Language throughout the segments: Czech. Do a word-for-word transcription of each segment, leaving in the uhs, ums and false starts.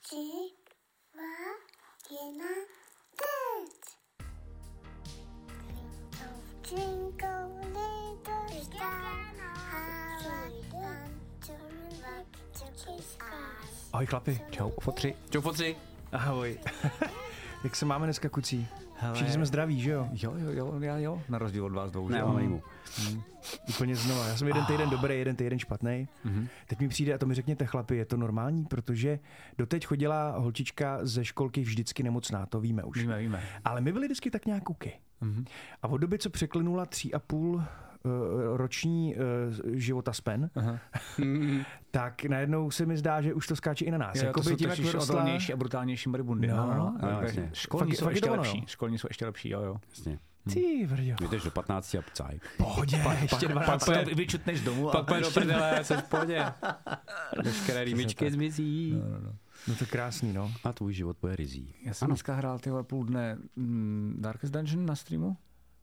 tři, dva, jedna, teď! Twinkle, little star, how I want to rock to the skies. Ahoj chlapi. Čau, fotři. Čau, fotři. Ahoj. Jak se máme dneska, kucí? Hele. Všichni jsme zdraví, že jo? Jo, jo, jo, já jo, na rozdíl od vás dvou, že Ne, jo? mám nejmu. Hmm. Úplně znova. Já jsem jeden týden dobrý, jeden týden špatný. Mhm. Teď mi přijde, a to mi řekněte chlapi, je to normální, protože doteď chodila holčička ze školky vždycky nemocná, to víme už. Víme, víme. Ale my byli vždycky tak nějak kuky. Mhm. A od doby, co překlenula tři a půl uh, roční uh, života spen, Aha. tak najednou se mi zdá, že už to skáče i na nás. Jo, to Jakoby jsou tím, jak totiž vyrostla- odolnější a brutálnější maribundy. No, No, no, no, no. no, Tak jasně. Školní Fakt- jsou fakt je ještě to ono, lepší. jo. Školní jsou ještě lepší, jo, jo. Jasně. Ty vrďo. Víte, že do patnácti a pcaj. Pohodě, ještě dvanáct Pak let. vyčutneš domů Pak půjde do prdele, jsem v pohodě. Veškeré rýmičky tak. zmizí. No, no, no. No to je krásný, no. A tvůj život bude rizí. Já jsem dneska hrál tyhle půl dne mm, Darkest Dungeon na streamu.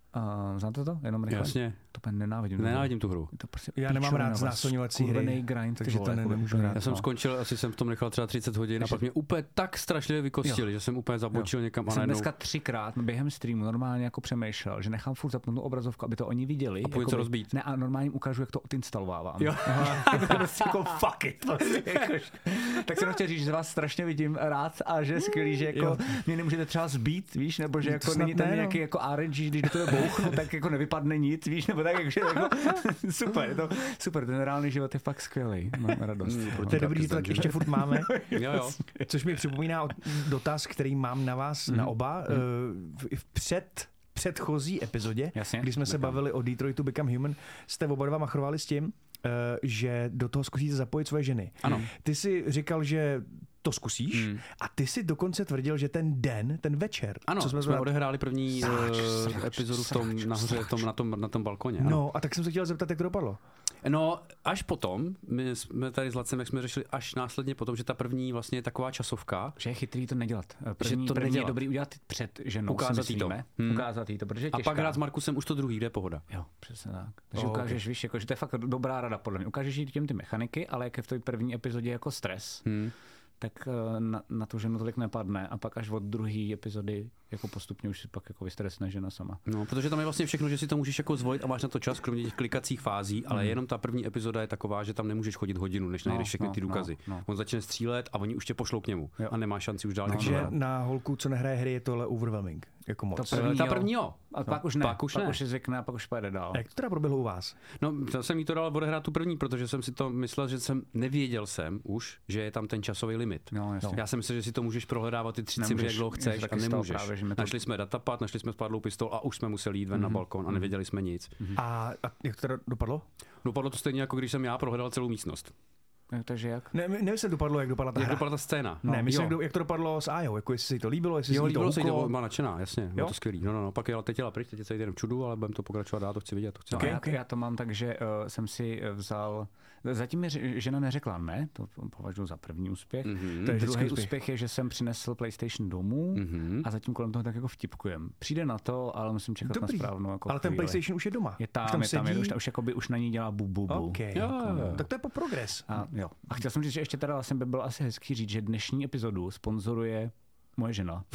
A znáte to? Jenom rychle. Jasně. To úplně nenávidím. Nenávidím tu hru. Je to prostě Já nemám píčovina, rád znásilňovací hry, skurvený grind, takže ty vole, to ne- jako nemůžu úplně- hrát. Já jsem No. skončil, asi jsem v tom nechal třeba třicet hodin a pak mě úplně tak strašlivě vykostili, že jsem úplně zabočil někam a Jsem najednou... dneska třikrát během streamu normálně jako přemýšlel, že nechám furt zapnout tu obrazovku, aby to oni viděli. A půjdu jakoby- co rozbít. Ne, a normálně jim ukážu, jak to odinstalovávám. Jo. Prostě jako fuck it. Prostě, jako, tak jsem chtěl říct, že vás strašně vidím rád a že je skvělý, že jako Jo. mě nemůžete třeba zbít, víš, nebo že To jako snad není tam ne, no. nějaký jako R N G, když do toho bouchnu, tak jako nevypadne nic, víš, nebo tak, takže jako super, je to super, ten reálný život je fakt skvělý. Mám radost. Mm, No. To je dobrý, že to tak ještě furt máme. Jo, jo. Což mi připomíná o- dotaz, který mám na vás, Mhm. na oba. eh, V, v před předchozí epizodě, Jasně. kdy jsme se bavili o Detroitu Become Human, jste oba dva machrovali s tím, eh, že do toho zkusíte zapojit svoje ženy. Ano. Ty jsi říkal, že to zkusíš Hmm. a ty si dokonce tvrdil, že ten den, ten večer, Ano, co jsme, jsme jsme odehráli první Sráč, eh, sráč, epizodu v tom, sráč, nahoře, v tom, na, tom, na tom balkoně. ano. No a tak jsem se chtěl zeptat, jak to dopadlo. No, až potom, my jsme tady s Lacem, jak jsme řešili, až následně potom, že ta první vlastně je taková časovka, Že je chytrý to nedělat. První, to první je nedělat. dobrý udělat před ženou, Ukázat si jí to. myslíme. Hmm. Ukázat jí to, protože je a těžká. pak hrát s Markusem už to druhý, kde je pohoda. Jo, přesně tak. Takže Oh, oh, ukážeš, okay. víš, jako, že to je fakt dobrá rada podle mě. Ukážeš jí těm ty mechaniky, ale jak je v té první epizodě jako stres, Hmm. tak eh, na, na tu ženu tolik nepadne a pak až od druhé epizody jako postupně už si pak jako vystresne žena sama. No, protože tam je vlastně všechno, že si to můžeš jako zvolit a máš na to čas, kromě těch klikacích fází, ale Hmm. jenom ta první epizoda je taková, že tam nemůžeš chodit hodinu, než najdeš No, všechny no, ty důkazy. no, no. On začne střílet a oni už tě pošlou k němu Jo. a nemá šanci už dál. No, Takže Takže no. na holku, co nehraje hry, je tohle overwhelming. Jako moc. To první, ta jo. první jo. A pak už ne, Pak už pak ne. už si zvykne a pak už pojede dál. A jak to teda proběhlo u vás? No, to jsem jí to dal odehrát tu první, protože jsem si to myslel, že jsem nevěděl jsem už, že je tam ten časový limit. No, jasně. Já jsem myslel, že si to můžeš prohledávat ty tři Nemůžeš. cimry, jak dlouho Mně se chceš taky a stalo nemůžeš. právě, že mi to- Našli jsme datapad, našli jsme spadlou pistol a už jsme museli jít ven na balkon a nevěděli jsme nic. A, a jak to teda dopadlo? Dopadlo to stejně, jako když jsem já prohledal celou místnost. Takže jak? Ne, nevím, jestli dopadlo, jak dopadla ta Jak hra. dopadla ta scéna? Ne, myslím, jo. jak, do, jak to dopadlo s Ajou, jako jestli si to líbilo, jestli Jo, si jí to líbilo se jí to, huklo. byla nadšená, jasně, bylo Jo? to skvělý. No, no, no, pak je, teď jela pryč, teď je celý den v čudu, ale budeme to pokračovat dál, to chci vidět, to chci No, Okay, já, okay. já to mám tak, že uh, jsem si uh, vzal, zatím mi ř- žena neřekla ne, to považuji za první úspěch. Mhm. To je vždycky Druhý úspěch. úspěch je, že jsem přinesl PlayStation domů Mhm. a zatím kolem toho tak jako vtipkujem. Přijde na to, ale musím čekat Dobrý, na správnou jako ale ten chvíli. PlayStation už je doma. je tam, už tam je tam, sedí. je, už, už, jakoby, už na ní dělá bu, bu, bu. Okay. Jo, jo, jo. Tak to je po progres. A, jo. a chtěl jsem říct, že ještě teda vlastně by bylo asi hezký říct, že dnešní epizodu sponzoruje moje žena.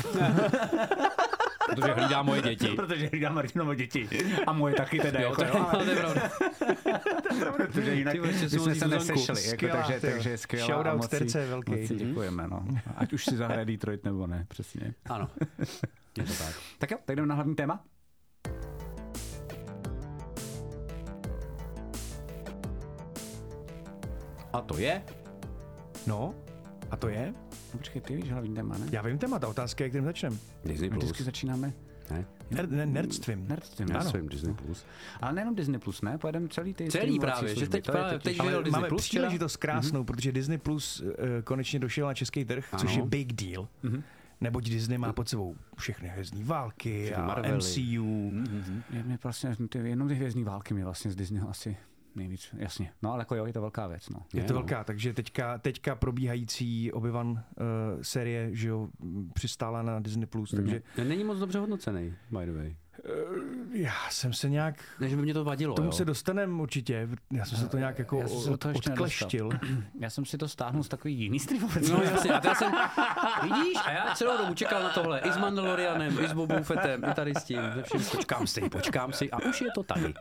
Protože hlídá moje děti. Protože hlídá Martinovo děti. A moje taky teda. Jo, jako, to je, jo, ale- to je pravda. Protože jinak Ty ještě bychom jsou se Zuzanku. nesešli. Jako, Skvělá, takže, ty jo. takže skvělá. Shoutout a moc jí- Terce velký. moc jí děkujeme. No. Ať už si zahraje Detroit nebo ne, přesně. Ano, je to tak. Tak jo, tak jdeme na hlavní téma. A to je? No, a to je? No, počkej, ty víš hlavní téma, ne? Já vím téma, ta otázka je, kterým začneme. Disney My Plus. vždycky začínáme Ne? Ner- ne- nerdstvím. nerdstvím. Já Ano. svým Disney Plus. Ale nejenom Disney Plus, ne? Pojedeme celý ty Celý streamovací právě, že služby. teď To je právě- totiž- teď Ale vyjel Disney máme Plus včera? příležitost krásnou, protože Disney Plus uh, konečně došel na český trh, Ano. což je big deal. Mhm. Neboť Disney má pod sebou všechny hvězdní války Všechny a Marvely. M C U. Je mě vlastně, ty, jenom ty hvězdní války mě vlastně z Disneyho asi nejvíc, jasně. No ale jako jo, je to velká věc, no. Je Je, to no. velká, takže teďka, teďka probíhající Obi-Wan uh, série, že jo, m, přistála na Disney Plus, takže Není moc dobře hodnocený, by the way. Já jsem se nějak... Ne, že by mě to vadilo, Tomu jo. se dostaneme určitě. Já jsem se to nějak jako Já jsem se do od, toho ještě odkleštil. Já jsem si to stáhnul z takový jiný streamový. No jasně, a já jsem, vidíš, a já celou dobu čekal na tohle, i s Mandalorianem, i s Bobou Fettem, i tady s tím, ze vším, počkám si, počkám si a už je to tady.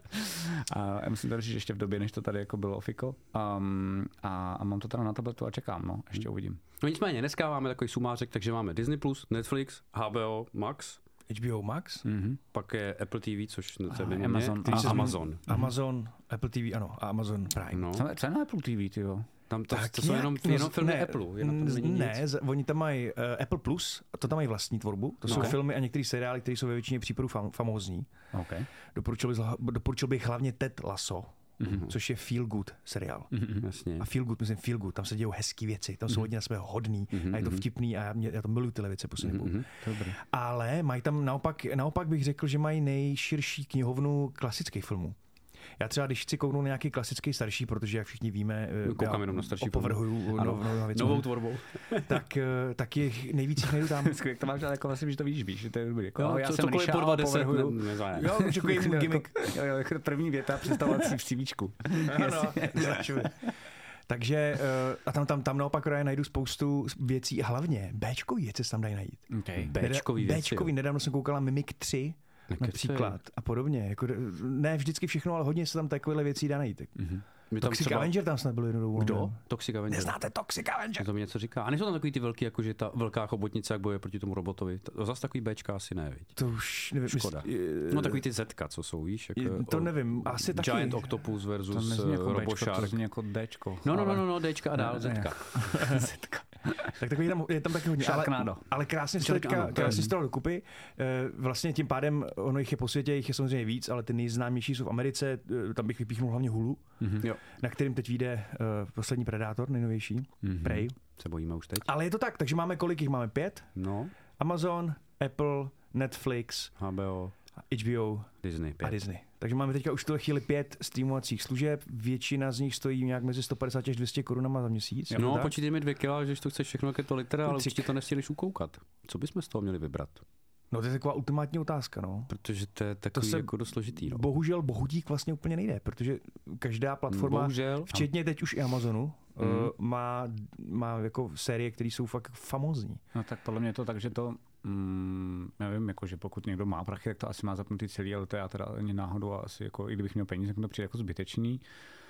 A já musím to říct ještě v době, než to tady jako bylo ofiko. Um, a, a mám to teda na tabletu a čekám, no, ještě uvidím. No nicméně, dneska máme takový sumářek, takže máme Disney plus, Netflix, H B O Max, H B O Max, Mm-hmm. pak je Apple T V, což to je Amazon. a A Amazon. Amazon, Apple T V, ano, a Amazon Prime. No, Co, co je na Apple T V, ty jo? tam to, Tak to jsou jak? jenom, No, jenom filmy ne, Apple, je na tom není Ne, nic. z- oni tam mají uh, Apple Plus, to tam mají vlastní tvorbu, to No. jsou filmy a některé seriály, které jsou ve většině případů fam- famózní. Okay. Doporučil bych, doporučil bych hlavně Ted Lasso, mm-hmm. což je feel good seriál. Mm-hmm. Jasně. A feel good, myslím feel good, tam se dějou hezký věci, tam jsou hodně na sebe hodný Mhm, a je to mhm. vtipný a já, mě, já to miluju tyhle věci poslední dobou. Mhm. Dobrý. Ale mají tam naopak, naopak bych řekl, že mají nejširší knihovnu klasických filmů. Já třeba, když chci kouknout na nějaký klasický starší, protože jak všichni víme, eh, Koukám já jenom na starší opovrhuju no, Ano. no, věc, Novou tvorbou. tak, eh, tak je nejvíc jich najdu tam. Jak to máš, ale jako vlastně, že to víš, víš, že to je dobrý. Jako, Jo, ahoj, co- jsem cokoliv Ríša po a dva deset povrhuju. ne- nezájem. Jo, takový můj gimmick. Jo, jo, jako první věta představovací v CVčku. Ano, začuji. Takže uh, a tam, tam, tam naopak já najdu spoustu věcí a hlavně Bčkový věci se tam dají najít. Okay. Bčkový věci, Bčkový, nedávno jsem koukala Mimik tři Nekecej. například a podobně. Jako, ne vždycky všechno, ale hodně se tam takovéhle věcí dá najít. Mm-hmm. My tam Toxic třeba- Avenger tam snad byl jednou dobu. Kdo? nevím. Toxic Avenger. Neznáte Toxic Avenger? To mi něco říká. A nejsou tam takový ty velký, jakože ta velká chobotnice, jak boje proti tomu robotovi. To zase takový Bčka asi ne, viď? To už nevím. Škoda. Mysl- No takový ty Zetka, co jsou, víš? Jak, To o- nevím, asi taky. Giant Octopus To versus nezní jako Bčko, to RoboShark. zní jako Dčko. No, no, no, ale- no, no, Dčka a dál, Ne, Zetka. Zetka. Tak takový tam, je tam taky hodně. Ale, Sharknado. ale krásně se to Sharknado, teďka, to je- krásně se to dalo dokupy. Eh, Vlastně tím pádem, ono jich je po světě, jich je samozřejmě víc, ale ty nejznámější jsou v Americe, eh, tam bych vypíchnul hlavně Hulu, Jo, na kterým teď vyjde uh, poslední Predátor, nejnovější, Mhm. Prey. se bojíme už teď. Ale je to tak, takže máme kolik jich? Máme pět? No, Amazon, Apple, Netflix, H B O, H B O Disney, a pět. Disney. Takže máme teďka už v tuhle chvíli pět streamovacích služeb, většina z nich stojí nějak mezi sto padesát až dvě stě korunama za měsíc. je to No, tak? počítej mi dvě kila, že to chceš všechno, jak je to litera, ale Kucík. určitě to nestihneš ukoukat. Co bychom z toho měli vybrat? No to je taková ultimátní otázka, no. Protože to je takový se- jako dost složitý. No. Bohužel bohudík vlastně úplně nejde, protože každá platforma, Bohužel. včetně teď už i Amazonu, Mhm. uh, má, má jako série, které jsou fakt famózní. No tak podle mě je to tak, že to, mm, nevím, jako, že pokud někdo má prachy, tak to asi má zapnutý celý, ale to já teda ani náhodou a asi, jako, i kdybych měl peníze, tak mi to přijde jako zbytečný.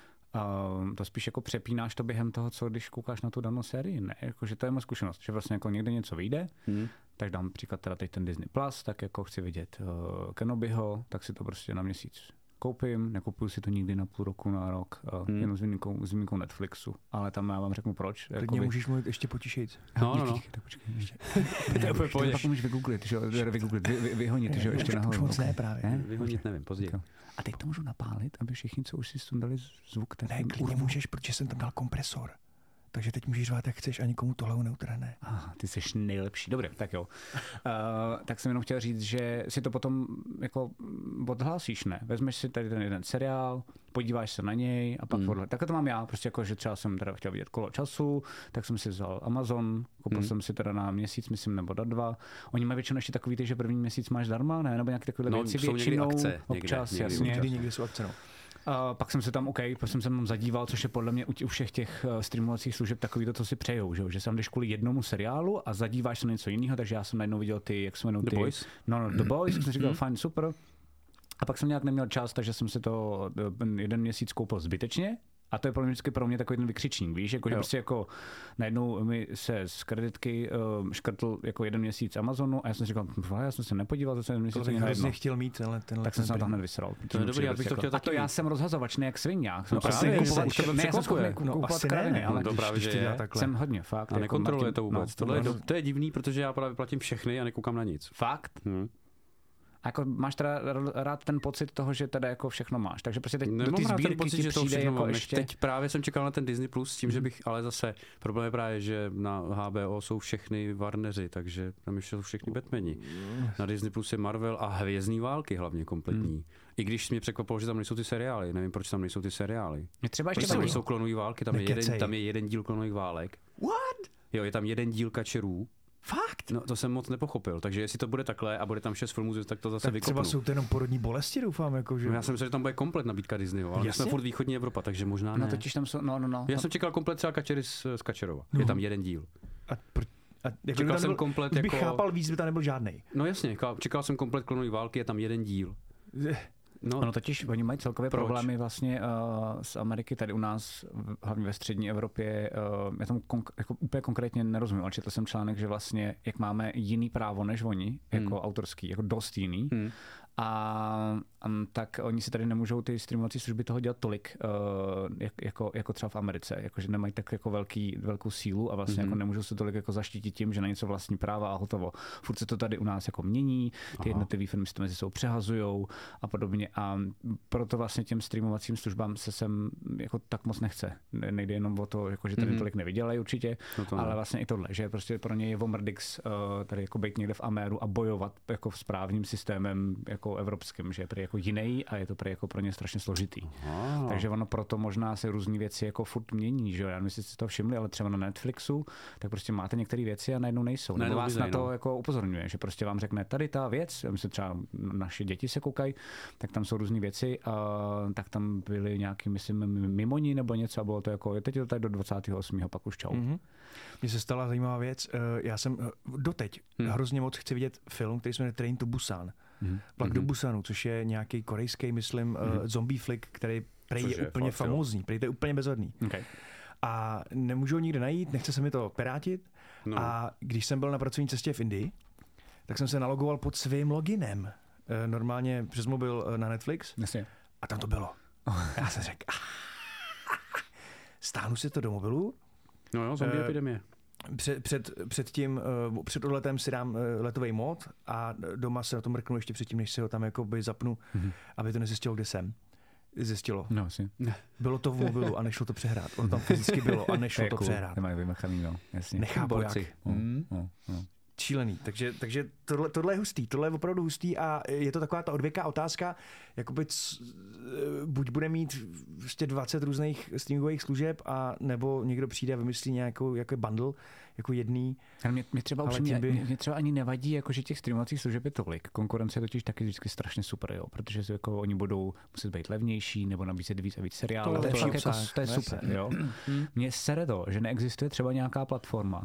Uh, to spíš jako přepínáš to během toho, co když koukáš na tu danou sérii, ne? Jako, že to je moje zkušenost, že vlastně jako někde něco vyjde, Hmm. tak dám příklad teda teď ten Disney Plus, tak jako chci vidět uh, Kenobiho, tak si to prostě na měsíc koupím, nekupuju si to nikdy na půl roku, na rok, uh, Hmm. jenom s výjimkou, s výjimkou Netflixu, ale tam já vám řeknu proč. Klidně jakoby- můžeš mluvit ještě potišejc. No, no, no. Díky, tak počkej, ještě. To je úplně pohodě. Pak můžeš vygooglit, že jo, vygooglit, vy, vy, vyhonit, že jo, ještě nahoru. Už moc ok. ne právě. Ne? Vyhodit nevím, později. Jo. A teď to můžu napálit, aby všichni, co už si sundali zvuk, ten Ne, klidně můžeš, protože jsem tam dal kompresor. Takže teď můžeš řvát, jak chceš a nikomu tohle neutrhne. Aha, ty jsi nejlepší. Dobře, tak jo. Uh, tak jsem jenom chtěl říct, že si to potom jako odhlásíš, ne? Vezmeš si tady ten jeden seriál, podíváš se na něj a pak Mm. podle. Takhle to mám já, prostě jako, že třeba jsem teda chtěl vidět Kolo času, tak jsem si vzal Amazon, koupil Mm. jsem si teda na měsíc, myslím, nebo na dva. Oni mají většinou ještě takový, ty, že první měsíc máš zdarma, ne? Nebo nějaké takové No, věci jsou někdy většinou. akce, někde, občas, někdy jasně. Někdy někdy jsou akce, no. A pak jsem se tam, OK, pak jsem se tam zadíval, což je podle mě u, u všech těch uh, streamovacích služeb takový to, co si přejou, že, jo? Že se tam jdeš kvůli jednomu seriálu a zadíváš se na něco jiného, takže já jsem najednou viděl ty, jak se jmenují The ty... Boys? No, no, The Boys, jsem si říkal, fajn, super. A pak jsem nějak neměl čas, takže jsem si to uh, jeden měsíc koupil zbytečně. A to je pro mě vždycky pro mě takový ten vykřičník, víš, jako, že prostě jako najednou mi se z kreditky uh, škrtl jako jeden měsíc Amazonu a já jsem si říkal, já jsem se nepodíval za ten měsíc To ani bych na hrozně jedno. chtěl mít tenhle, tenhle Tak jsem ten se na to první. hned vysral. To je dobrý, já bych to chtěl A taky to já mít. jsem rozhazovačný jak svině. Jsem No, právě asi kupovat- nejseš, to ne, já jsem přeskakuje. schopný No, kupovat asi ne, kraviny, no, ale to právě, když že to dělá je. takhle. jsem hodně, fakt. A jako nekontroluje Martin- to vůbec. no, Tohle je, no, do, to je divný, protože já právě platím všechny a nekoukám na nic. Fakt? Hm. A jako máš teda rád ten pocit toho, že teda jako všechno máš. Takže prostě teď do Nemám ty rád ten sbírky pocit, ti že to přijde všechno jako mám. ještě... Teď právě jsem čekal na ten Disney Plus s tím, že bych, ale zase problém je právě, že na H B O jsou všechny Warneři, takže tam ještě jsou všechny Batmani. Na Disney Plus je Marvel a Hvězdný války hlavně kompletní. Hmm. I když mě překvapilo, že tam nejsou ty seriály. Nevím, proč tam nejsou ty seriály. Mě třeba ještě Proč tam vadí. nejsou klonové války, tam je, jeden, Nekecej. tam je jeden díl klonových válek. What? Jo, je tam jeden díl kačerů. Fakt? No to jsem moc nepochopil, takže jestli to bude takhle a bude tam šest filmů, tak to zase Tak vykopnu. třeba jsou to jenom porodní bolesti, doufám. Jako, že... No, já jsem myslel, že tam bude komplet nabídka Disneyho, ale my jsme furt východní Evropa, takže možná ne. No totiž tam jsou, no, no, no. Já jsem čekal komplet třeba Kačery z, z Kačerova. No. Je tam jeden díl. A, pr- a jako Čekal jsem nebyl, komplet bych jako... chápal víc, by tam nebyl žádnej. No jasně, čekal jsem komplet Klonové války, je tam jeden díl. No, Ono totiž, oni mají celkově Proč? problémy vlastně uh, z Ameriky tady u nás, v- hlavně ve střední Evropě. Uh, já tomu konk- jako úplně konkrétně nerozumím, ale četl jsem článek, že vlastně, jak máme jiný právo než oni, jako Hmm. autorský, jako dost jiný, Hmm. a um, tak oni si tady nemůžou ty streamovací služby toho dělat tolik, uh, jak, jako, jako třeba v Americe, jakože nemají tak jako velký, velkou sílu a vlastně Mhm. jako nemůžou se tolik jako zaštítit tím, že na něco vlastní práva a hotovo. Furt se to tady u nás jako mění, ty Aha. jednotlivé firmy si to mezi sebou přehazujou a podobně a proto vlastně těm streamovacím službám se sem jako tak moc nechce. Ne- Nejde jenom o to, jako, že tady Mhm. tolik nevydělají určitě, No to ale ne. vlastně i tohle, že prostě pro ně je Vomrdix uh, tady jako být někde v Améru a bojovat jako s právním systémem jako evropským, že je prý jako jiný a je to prý jako pro ně strašně složitý. Ah. Takže ono proto možná se různé věci jako furt mění, že jo? Já nevím, jestli jste to všimli, ale třeba na Netflixu, tak prostě máte některé věci a najednou nejsou. Nebo Najednou vás mizej, na to no. jako upozorňuje, že prostě vám řekne tady ta věc, já myslím třeba naše děti se koukají, tak tam jsou různé věci a tak tam byly nějaký, myslím, mimoni nebo něco a bylo to jako, teď je to tady do dvacátého osmého pak už čau. Mm-hmm. Mně se stala zajímavá věc. Eh, Já jsem eh, doteď Hmm. hrozně moc chci vidět film, který se jmenuje Train to Busan. Mhm. Vlak do Mhm. Busanu, což je nějaký korejský, myslím, eh, zombie flick, který prej Což je je úplně fakt, jo. famózní, prej to je úplně bezvadný. Okay. A nemůžu ho nikde najít, nechce se mi to perátit. No. A když jsem byl na pracovní cestě v Indii, tak jsem se nalogoval pod svým loginem. Eh, Normálně přes mobil eh, na Netflix Jasně. a tam to bylo. Já jsem řekl, "Ah, stáhnu si to do mobilu, No jo, zombie Eh, epidemie. před, před, před tím, uh, před odletem si dám uh, letový mód a doma se na to mrknu ještě předtím, než si ho tam jakoby zapnu, Mhm. aby to nezjistilo, kde jsem. Zjistilo. No, jasně. Bylo to v mobilu a nešlo to přehrát. Ono tam fyzicky bylo a nešlo to přehrát. Nemají vymachaný, no. Jasně. Nechápu Borci. jak. No, Mm. no, no. Šílený. Takže, takže tohle, tohle je hustý. Tohle je opravdu hustý a je to taková ta odvěká otázka, jakoby c, buď bude mít prostě dvacet různých streamingových služeb a nebo někdo přijde a vymyslí nějakou jako bundle, jako jedný. Ale mě, mě třeba Ale upřímně, tím by- mě, mě třeba ani nevadí, jako, že těch streamovacích služeb je tolik. Konkurence je totiž taky vždycky strašně super, jo, protože si, jako, oni budou muset být levnější nebo nabízet víc a víc seriálů. To To, je to je, fakt přesně jako, tak, to je jasně. super, jo. Mně sere to, že neexistuje třeba nějaká platforma.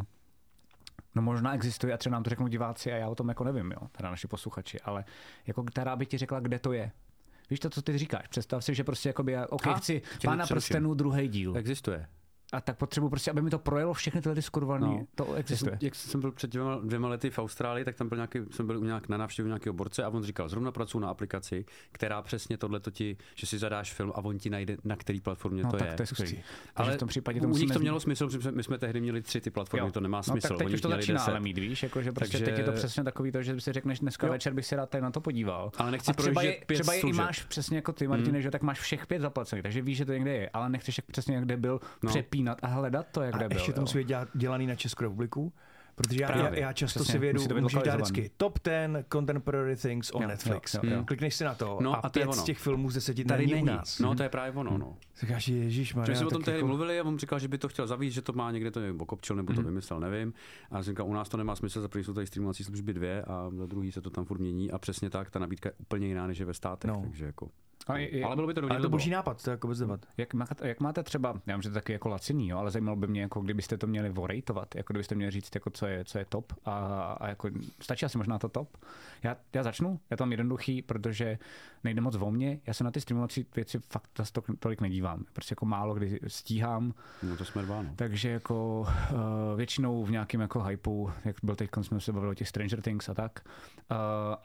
No možná existuje a třeba nám to řeknou diváci a já o tom jako nevím, jo, teda naši posluchači, ale jako která by ti řekla, kde to je. Víš to, co ty říkáš? Představ si, že prostě jakoby, OK, A, chci tě Pána nepřeruším. prstenů druhý díl. Existuje. A tak potřebuji prostě, aby mi to projelo všechny tyhle skurvaný. No. To existuje. Jak jsem byl před dvěma, dvěma lety v Austrálii, tak tam byl nějaký, jsem byl nějak na návštěvu nějakého borce a on říkal, zrovna pracuji na aplikaci, která přesně tohle ti, že si zadáš film a on ti najde, na který platformě No to tak je. to je skvělý. Takže Ale v tom případě to u nich musíme to mělo smysl, protože my jsme tehdy měli tři ty platformy, Jo. to nemá No smysl. tak teď Oni už to měli začíná deset. ale mít, víš, jako, že prostě Takže- teď je to přesně takový to, že si řekneš dneska Jo. večer bych si rád tady na to podíval. Ale nechci a třeba, projíždět je, pět třeba je i služeb. máš přesně jako ty, Martine, že tak máš všech pět zaplacených, takže víš, že to někde je, ale nechceš jak přesně jak kde byl No. přepínat a hledat to, jak A kde byl. ještě to jo. musí být dělat- dělaný na Českou republiku, protože já, já, Právě, já často přesně, si vědu, musí to být můžeš dát lokalizovaný. vždycky top ten contemporary things on Jo, Netflix. jo, jo, jo. Klikneš si na to No, a, a to je pět z ono. těch filmů z deseti Tady není u není. nás. No, to je právě ono, no. Říkáš, ježišmarja, Protože jsme o tom tak tehdy jako- mluvili a on říkal, že by to chtěl zavíst, že to má někde to nevím, okopčil nebo to Mhm. vymyslel, nevím. A já jsem říkal, u nás to nemá smysl, za první jsou tady streamovací služby dvě a za druhý se to tam furt mění a přesně tak, ta nabídka je úplně jiná než je ve státech, No. takže jako. A je- je- Ale bylo by to dobrý, Ale to boží nápad, to je jako bez debat. Jak, má, jak máte třeba, já vím, že to je taky jako laciný, jo, ale zajímalo by mě, jako kdybyste to měli vorejtovat, jako kdybyste měli říct, jako co je, co je top a, a jako stačí asi možná to top. Já, já začnu, já to mám jednoduchý, protože nejde moc o mě, já se na ty streamovací věci fakt zase to, tolik nedívám, prostě jako málo kdy stíhám, No to jsme dva, no. takže jako uh, většinou v nějakém jako hypeu, jak byl teď, jsme se bavili o těch Stranger Things a tak, uh,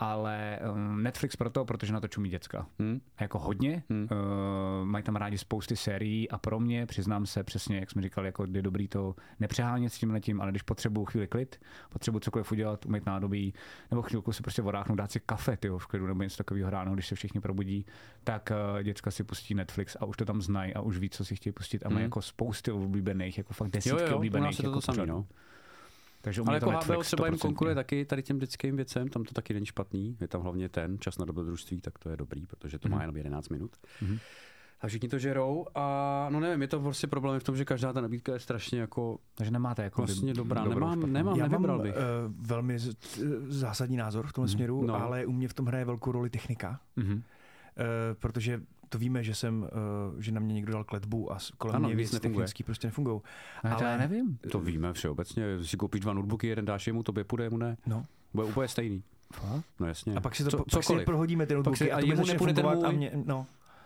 ale um, Netflix proto, protože na to čumí děcka. Hm? Jako hodně, Hmm. uh, mají tam rádi spousty sérií a pro mě, přiznám se přesně, jak jsme říkali, jako je dobrý to nepřehánět s tím letím, ale když potřebuju chvíli klid, potřebuju cokoliv udělat, umýt nádobí, nebo chvilku si prostě vodáchnout, dát si kafe, tyjo, v klidu, nebo něco takového ráno, když se všichni probudí, tak uh, děcka si pustí Netflix a už to tam znají a už ví, co si chtějí pustit a mají Hmm. jako spousty oblíbených, jako fakt Jo, desítky jo, u nás oblíbených je to jako to samý, pořadů. no. Takže u Ale mě jako to H B O Netflix třeba jim sto procent. konkuruje taky tady těm dětským věcem, tam to taky není špatný, je tam hlavně ten čas na dobrodružství, tak to je dobrý, protože to má Mhm. jenom jedenáct minut. Mhm. A všichni to žerou a no nevím, je to prostě problém v tom, že každá ta nabídka je strašně jako Takže nemáte jako vlastně dobrá. dobrou, Nemám, špatnou. nemám, Já mám nevybral uh, bych. velmi z, zásadní názor v tom směru, No. ale u mě v tom hraje velkou roli technika. Mhm. Uh, protože to víme, že jsem, uh, že na mě někdo dal kletbu a s- kolem Ano, mě nic věci nefunguje. technický prostě nefungují. Ale já nevím. To víme všeobecně, si koupíš dva notebooky, jeden dáš jemu, tobě půjde, jemu ne. No. Bude úplně stejný. Fakt? No jasně. A pak si to Co- pak si cokoliv. prohodíme ty notebooky si- a a to by jemu začne nepůjde ten fungovat a můj. mě, no.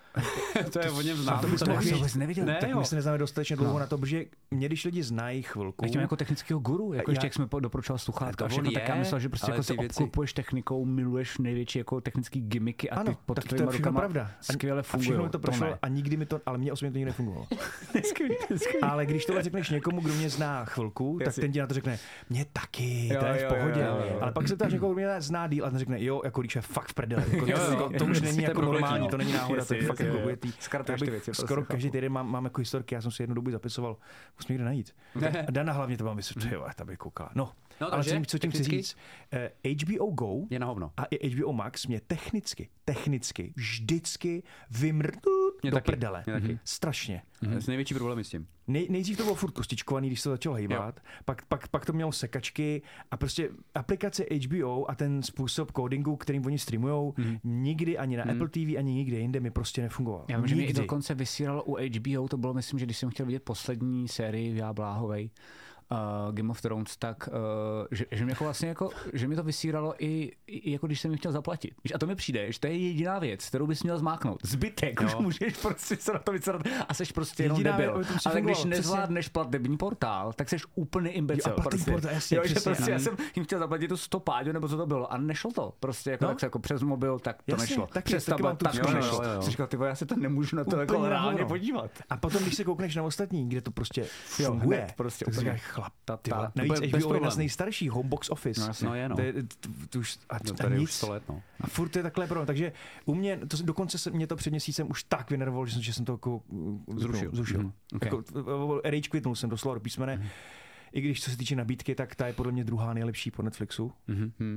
to je o něm A znám. to bys to mohl bych vědět. vůbec neviděl. Ne, Tak jo. my se neznáme dostatečně dlouho No. na to, protože mě když lidi znají chvilku, Ještě mám jako technického guru, jako Já- ještě jak jsme po- doporučoval sluchátka To a všechno, on tak já je, myslel, že prostě ale jako ty se věci- obklopuješ technikou, miluješ největší jako technický gimmicky a ty ano, pod tak to je tvýma všechno rukama pravda. A- skvěle A fungují. všechno mi to prošlo ne. a nikdy mi to, ale mě osobně to nikdy nefungovalo. Skvělý, skvělý. Ale když tohle řekneš někomu, kdo mě zná chvilku, tak Jasně. ten ti na to řekne, mě taky, Jo, to je v jo, pohodě. jo, jo, jo. Ale pak se ptáš někoho, kdo mě zná díl a ten řekne, jo, jako když je fakt v prdeli. Jako, Jo, jo, jako, to už jasně, není to je jako prokletí, normální, no. to není náhoda, to je Jasně, fakt jasně, jako jo. ujetý. Skartuješ Já ty bych věci, prostě skoro chápu. každý týden mám, mám jako historky, já jsem si jednu dobu zapisoval, musím někde najít. A Dana hlavně to mám myslet, ty jo, ta by koukala. No, No, ale takže, co, co tím chci technicky? říct, eh, H B O Go Je na hovno. a i H B O Max mě technicky, technicky vždycky vymrdou Mě do taky, prdele. mě taky. Strašně. Mm-hmm. S největší problémy s tím. Nej, nejdřív to bylo furt kostičkovaný, když se začal hejbat, pak, pak, pak to mělo sekačky a prostě aplikace H B O a ten způsob codingu, kterým oni streamujou, Mhm. nikdy ani na Apple T V, ani nikde jinde mi prostě nefungoval. Já vím, že mě i Nikdy. dokonce vysílalo u H B O, to bylo, myslím, že když jsem chtěl vidět poslední sérii Já Bláhovej, uh, Game of Thrones, tak uh, že, že, mě jako vlastně jako, že mi to vysíralo i, i jako když jsem mi chtěl zaplatit. Víš, a to mi přijde, že to je jediná věc, kterou bys měl zmáknout. Zbytek, Jo. už můžeš prostě se na to vycerat a seš prostě jenom Jediná debil. věc, aby to Ale když fungovalo, nezvládneš platební portál, tak seš úplný imbecil. Jo, a platební prostě. portál, jasně, jo, že přesně, prostě já ano. jsem jim chtěl zaplatit tu sto páďu, nebo co to bylo, a nešlo to. Prostě jako, No. tak se jako přes mobil, tak to Jasně, nešlo. taky, Přes taky tablet, mám tu tak to zkušenost. nešlo. Jo, jo, jo. Jsi říkal, ty vole, já se to nemůžu na to Úplně jako na reálně hovno. podívat. A potom, když se koukneš na ostatní, kde to prostě Jo, funguje, hned prostě tak si úplně. říkáš, chlap, Ta- ty ta- vole. to Navíc bez H B O je jedna z problémů. nejstarších, Homebox Office. No, jasně. No je, no. To je, t- to už, a, No, a tady nic. už sto let, no. A furt je takhle problém. Takže u mě, to, dokonce se mě to před měsícem už tak vynervovalo, že jsem, že jsem to jako uh, Zrušil. zrušil. Mhm, okay. Jako, uh, rage quitnul jsem doslova do písmene. Mhm. I když co se týče nabídky, tak ta je podle mě druhá nejlepší po Netflixu. Mm-hmm.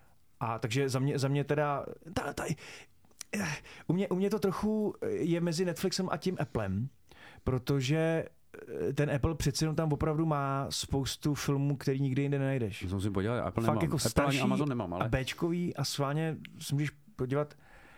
A takže za mě, za mě teda, ta, ta, eh, u, mě, u mě to trochu je mezi Netflixem a tím Applem, protože ten Apple přeci jenom tam opravdu má spoustu filmů, který nikdy jinde nenajdeš. To musím podívat, Apple Fakt nemám. jako Apple starší ani Amazon nemám, ale a Bčkový a sválně se můžeš podívat.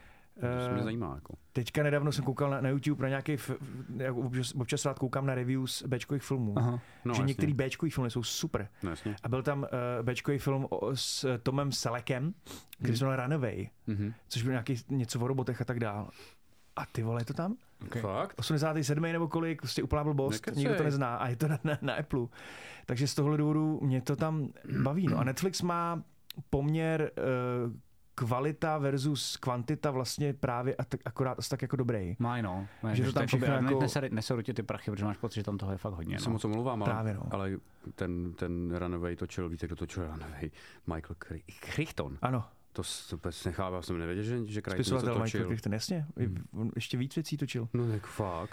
to mě eh, zajímá. Jako. Teďka nedávno jsem koukal na, na YouTube na nějaký, f, jako občas, občas rád koukám na reviews Bčkových filmů. Aha. No, že jasně. některý Bčkový filmy jsou super. No, jasně. A byl tam uh, Bčkový film o, s Tomem Selekem, který se jmenuje Runaway, Mm-hmm. což byl nějaký něco o robotech a tak dál. A ty vole, je to tam? Okay. Fakt? osmdesátý sedmý nebo kolik, prostě úplná blbost, Nekecej. nikdo to nezná a je to na, na, na Apple. Takže z tohohle důvodu mě to tam baví. No a Netflix má poměr uh, kvalita versus kvantita vlastně právě a tak, akorát asi tak jako dobrý. Má no. Má, Že to tam všechno jako... jako- Neseru, neseru ti ty prachy, protože máš pocit, že tam toho je fakt hodně. Se No. moc omlouvám, ale, Právě, no. ale ten, ten Runaway točil, víte, kdo točil Runaway? Michael Cri- Crichton. Ano, To s- vůbec nechápal, já jsem nevěděl, že, že Crichton to spisovatel Michael točil. Crichton, jasně. Hmm. On ještě víc věcí točil. No tak fakt.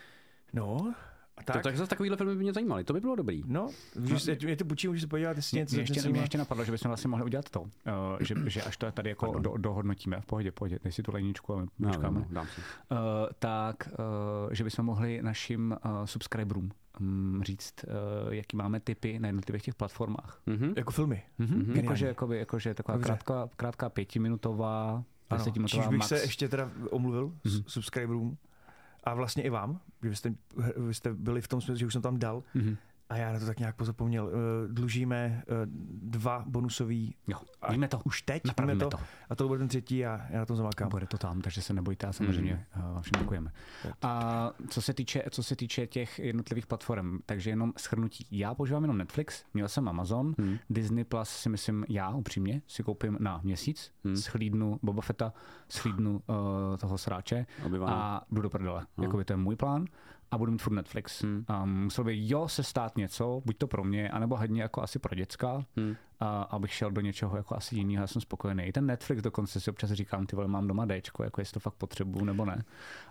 No, a Tak, tak. to, tak zase takovýhle filmy by mě zajímaly, to by bylo dobrý. No, můžeš, no. Je to bučí, můžeš se podívat, jestli Mě, něco mě, ještě, zajímá. mě ještě napadlo, že bychom vlastně mohli udělat to, uh, že, že až to tady jako do, dohodnotíme, v pohodě, v pohodě, dej si tu lejničku a my No, počkáme, no, dám si. uh, tak, uh, že bychom mohli našim uh, subscriberům um, říct, uh, jaký máme tipy na jednotlivých těch platformách. Mhm. Jako filmy. Mm-hmm. Jakože jakoby, jakože taková Dobře. krátká, krátká pětiminutová, Ano, čímž desetiminutová bych max. se ještě teda omluvil Mhm. mm-hmm. subscriberům a vlastně i vám, že vy jste, vy jste byli v tom smyslu, že už jsem tam dal Mm-hmm. a já na to tak nějak pozapomněl. Uh, Dlužíme uh, dva bonusový. Jo, A víme to. Už teď? Napravíme Víme to. A to bude ten třetí a já na tom zamákám. Bude to tam, takže se nebojte a samozřejmě mm. vám všem děkujeme. A co se, týče, co se týče těch jednotlivých platform, takže jenom shrnutí. Já používám jenom Netflix, měl jsem Amazon, Mm. Disney Plus si myslím já upřímně si koupím na měsíc, Mm. schlídnu Boba Fetta, schlídnu uh, toho sráče Obi-Wana. a jdu do prdele. No. Jakoby to je můj plán. A budu mít furt Netflix. Hmm. A musel by jo se stát něco, buď to pro mě, anebo hodně jako asi pro děcka. Hmm. a abych šel do něčeho jako asi jiného, já jsem spokojený. I ten Netflix dokonce si občas říkám, ty vole, mám doma Dčko, jako jestli to fakt potřebuju nebo ne.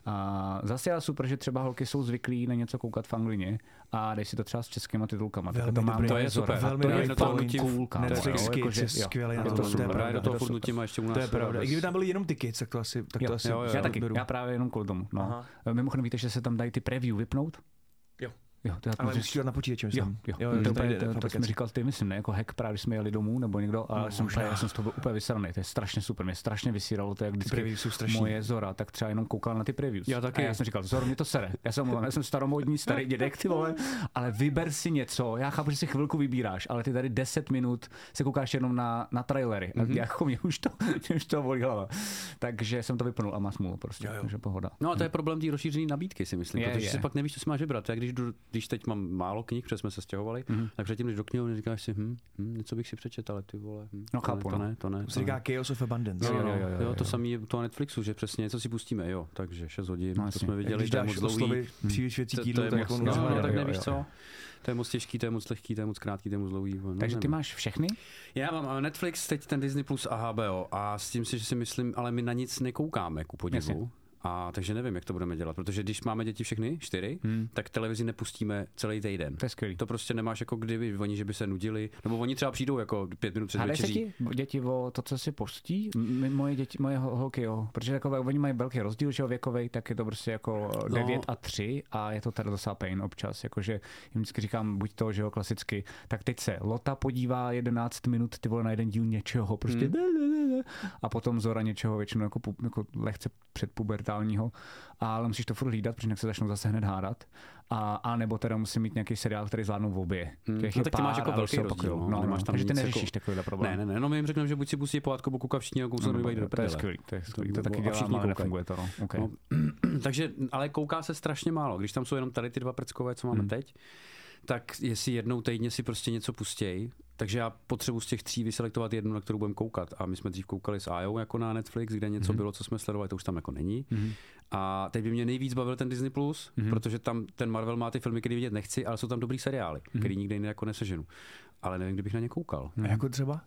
A zase je super, že třeba holky jsou zvyklí na něco koukat v anglině a dej si to třeba s českýma titulkama. Velmi to, mám to je super. Velmi to je do toho cool, Netflix Kids je skvělý. Je to super. Právě do toho furt nutím a ještě u nás. To je pravda. I kdyby tam byly jenom ty kids, tak to asi, tak to asi jo, jo, já taky, já právě jenom kvůli tomu. No. Mimochodem víte, že se tam dají ty preview vypnout? Jo. Jo, to já ale musíš dát na počítači, myslím. Jo, jo, jo, to, to, to, to jsi mi říkal ty, myslím, ne, jako hack právě, když jsme jeli domů, nebo někdo, ale no, jsem, já jsem z toho byl úplně vysraný, to je strašně super, mě strašně vysíralo to, jak vždycky moje Zora, tak třeba jenom koukala na ty previews. Já taky. A já jsem říkal, Zoro, mě to sere, já jsem mluvil, já jsem staromódní starý dědek, ty vole, ale vyber si něco, já chápu, že si chvilku vybíráš, ale ty tady deset minut se koukáš jenom na, na trailery, mm-hmm. jako mě už to, mě už to bolí hlava. Takže jsem to vypnul a má smůlu prostě, jo, jo. takže pohoda. No a to je problém té rozšířené nabídky, si myslím, je, protože je. si pak nevíš, co si máš vybrat. Já když, když teď mám málo knih, protože jsme se stěhovali, mm-hmm. tak předtím, když do knihovny říkáš si, hm, hm, něco bych si přečetl, ale ty vole. Hm, no chápu, to ne, to ne. To se říká Chaos of Abundance. Jo, jo, jo, jo, jo, to samé je to na Netflixu, že přesně něco si pustíme, jo, takže šest hodin, no, to jsme viděli, když to je dáš moc dlouhý. Příliš věcí k jídlu, to je tak moc, on no, no, no, tak jo, nevíš jo, co. jo. To je moc těžký, to je moc lehký, to je moc krátký, to je moc dlouhý. No, takže nevím. ty máš všechny? Já mám Netflix, teď ten Disney Plus a H B O a s tím si, že si myslím, ale my na nic nekoukáme, ku podivu. Jasně. A takže nevím, jak to budeme dělat, protože když máme děti všechny, čtyři, hmm. tak televizi nepustíme celý týden. To je skvělý. To prostě nemáš jako kdyby oni, že by se nudili, nebo oni třeba přijdou jako pět minut před Hádej večeří. se ti děti o to, co si pustí? M- moje děti, moje holky, jo. Protože takové, oni mají velký rozdíl, že jo, věkovej, tak je to prostě jako devět no. a tři a je to tady docela pain občas, jakože jim vždycky říkám, buď to, že jo, klasicky, tak teď se Lota podívá jedenáct minut, ty vole, na jeden díl něčeho, prostě hmm. a potom Zora něčeho většinou jako, jako lehce předpubertálního, ale musíš to furt hlídat, protože se začnou zase hned hádat. A, a nebo teda musím mít nějaký seriál, který zvládnou v obě. Hmm. No tak ty máš jako velký rozdíl. No, no, no, máš tam takže ty neřešíš jako... takovýhle problém. Ne, ne, ne, no my jim řekneme, že buď si pustí pohádku, pokud všichni jako se nebají do prdele. To je skvělý, to je skvělý. To taky dělám, ale nefunguje to. No. Okay. No, takže, ale kouká se strašně málo. Když tam jsou jenom tady ty dva prckové, co máme hmm. teď, tak jestli jednou týdně si prostě něco pustěj, takže já potřebuji z těch tří vyselektovat jednu, na kterou budeme koukat. A my jsme dřív koukali s Ajou jako na Netflix, kde něco mm-hmm. bylo, co jsme sledovali, to už tam jako není. Mm-hmm. A teď by mě nejvíc bavil ten Disney Plus, mm-hmm. protože tam ten Marvel má ty filmy, které vidět nechci, ale jsou tam dobrý seriály, mm-hmm. který nikde jiný jako neseženu. Ale nevím, kdybych na ně koukal. A jako třeba?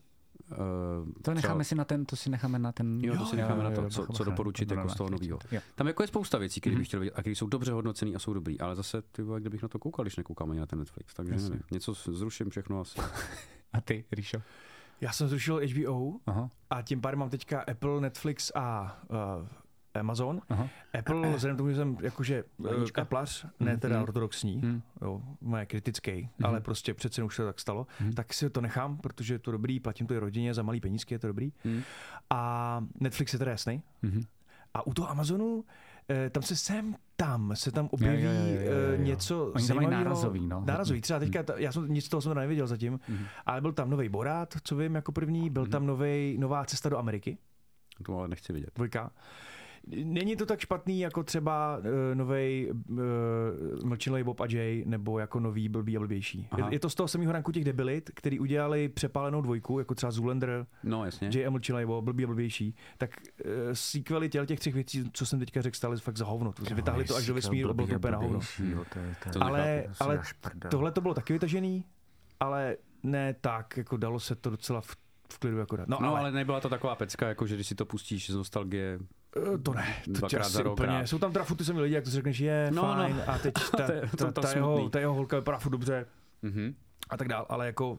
Uh, to necháme třeba... si na ten, to si necháme na ten... Jo, to si necháme jo, na to, jo, co, co doporučit jako z toho nového. Tam jako je spousta věcí, které bych chtěl vidět a které jsou dobře hodnocený a jsou dobrý, ale zase ty vole, kdybych na to koukal, když nekoukám ani na ten Netflix, takže nevím, něco zruším všechno asi. A ty, Ríšo? Já jsem zrušil H B O Aha. a tím pádem mám teďka Apple, Netflix a uh, Amazon. Aha. Apple, vzhledem k tomu, že jsem jakože Appleař, ne teda mm. ortodoxní, mm. jo, moje kritický, mm. ale prostě přece už se tak stalo, mm. tak si to nechám, protože je to dobrý, platím to i rodině, za malý penízky je to dobrý. Mm. A Netflix je teda jasný. Mm. A u toho Amazonu, eh, tam se sem tam, se tam objeví jo, jo, jo, jo, jo. něco Oni zajímavého. nárazový, no. Nárazový, třeba teďka, ta, já jsem nic z toho jsem neviděl zatím, mm. ale byl tam nový Borat, co vím jako první, byl mm. tam novej, nová cesta do Ameriky. To ale nechci vidět. Dvojka. Není to tak špatný jako třeba uh, novej uh, Mlčinlej Bob a Jay, nebo jako nový Blbý a blbější. Je, je to z toho samého ranku těch debilit, který udělali přepálenou dvojku, jako třeba Zoolander, no, jasně. Jay a Mlčinlej Bob, Blbý a blbější. Tak uh, sequely těch třech věcí, co jsem teďka řekl, stali fakt za hovno. To vytáhli to až do vesmíru a bylo to úplně na hovno. Ale, ale tohle to bylo taky vytažený, ale ne tak, jako dalo se to docela v, v klidu jako dát. No, no ale... ale nebyla to taková pecka, jako že když si to pustíš z nostalgie. To ne, to tě asi úplně. Krát. Jsou tam teda furt ty samý lidi, jak to si řekneš, je no, fajn no. a teď ta, ta, ta, ta, jeho, ta jeho holka vypadá furt dobře mm-hmm. a tak dál, ale jako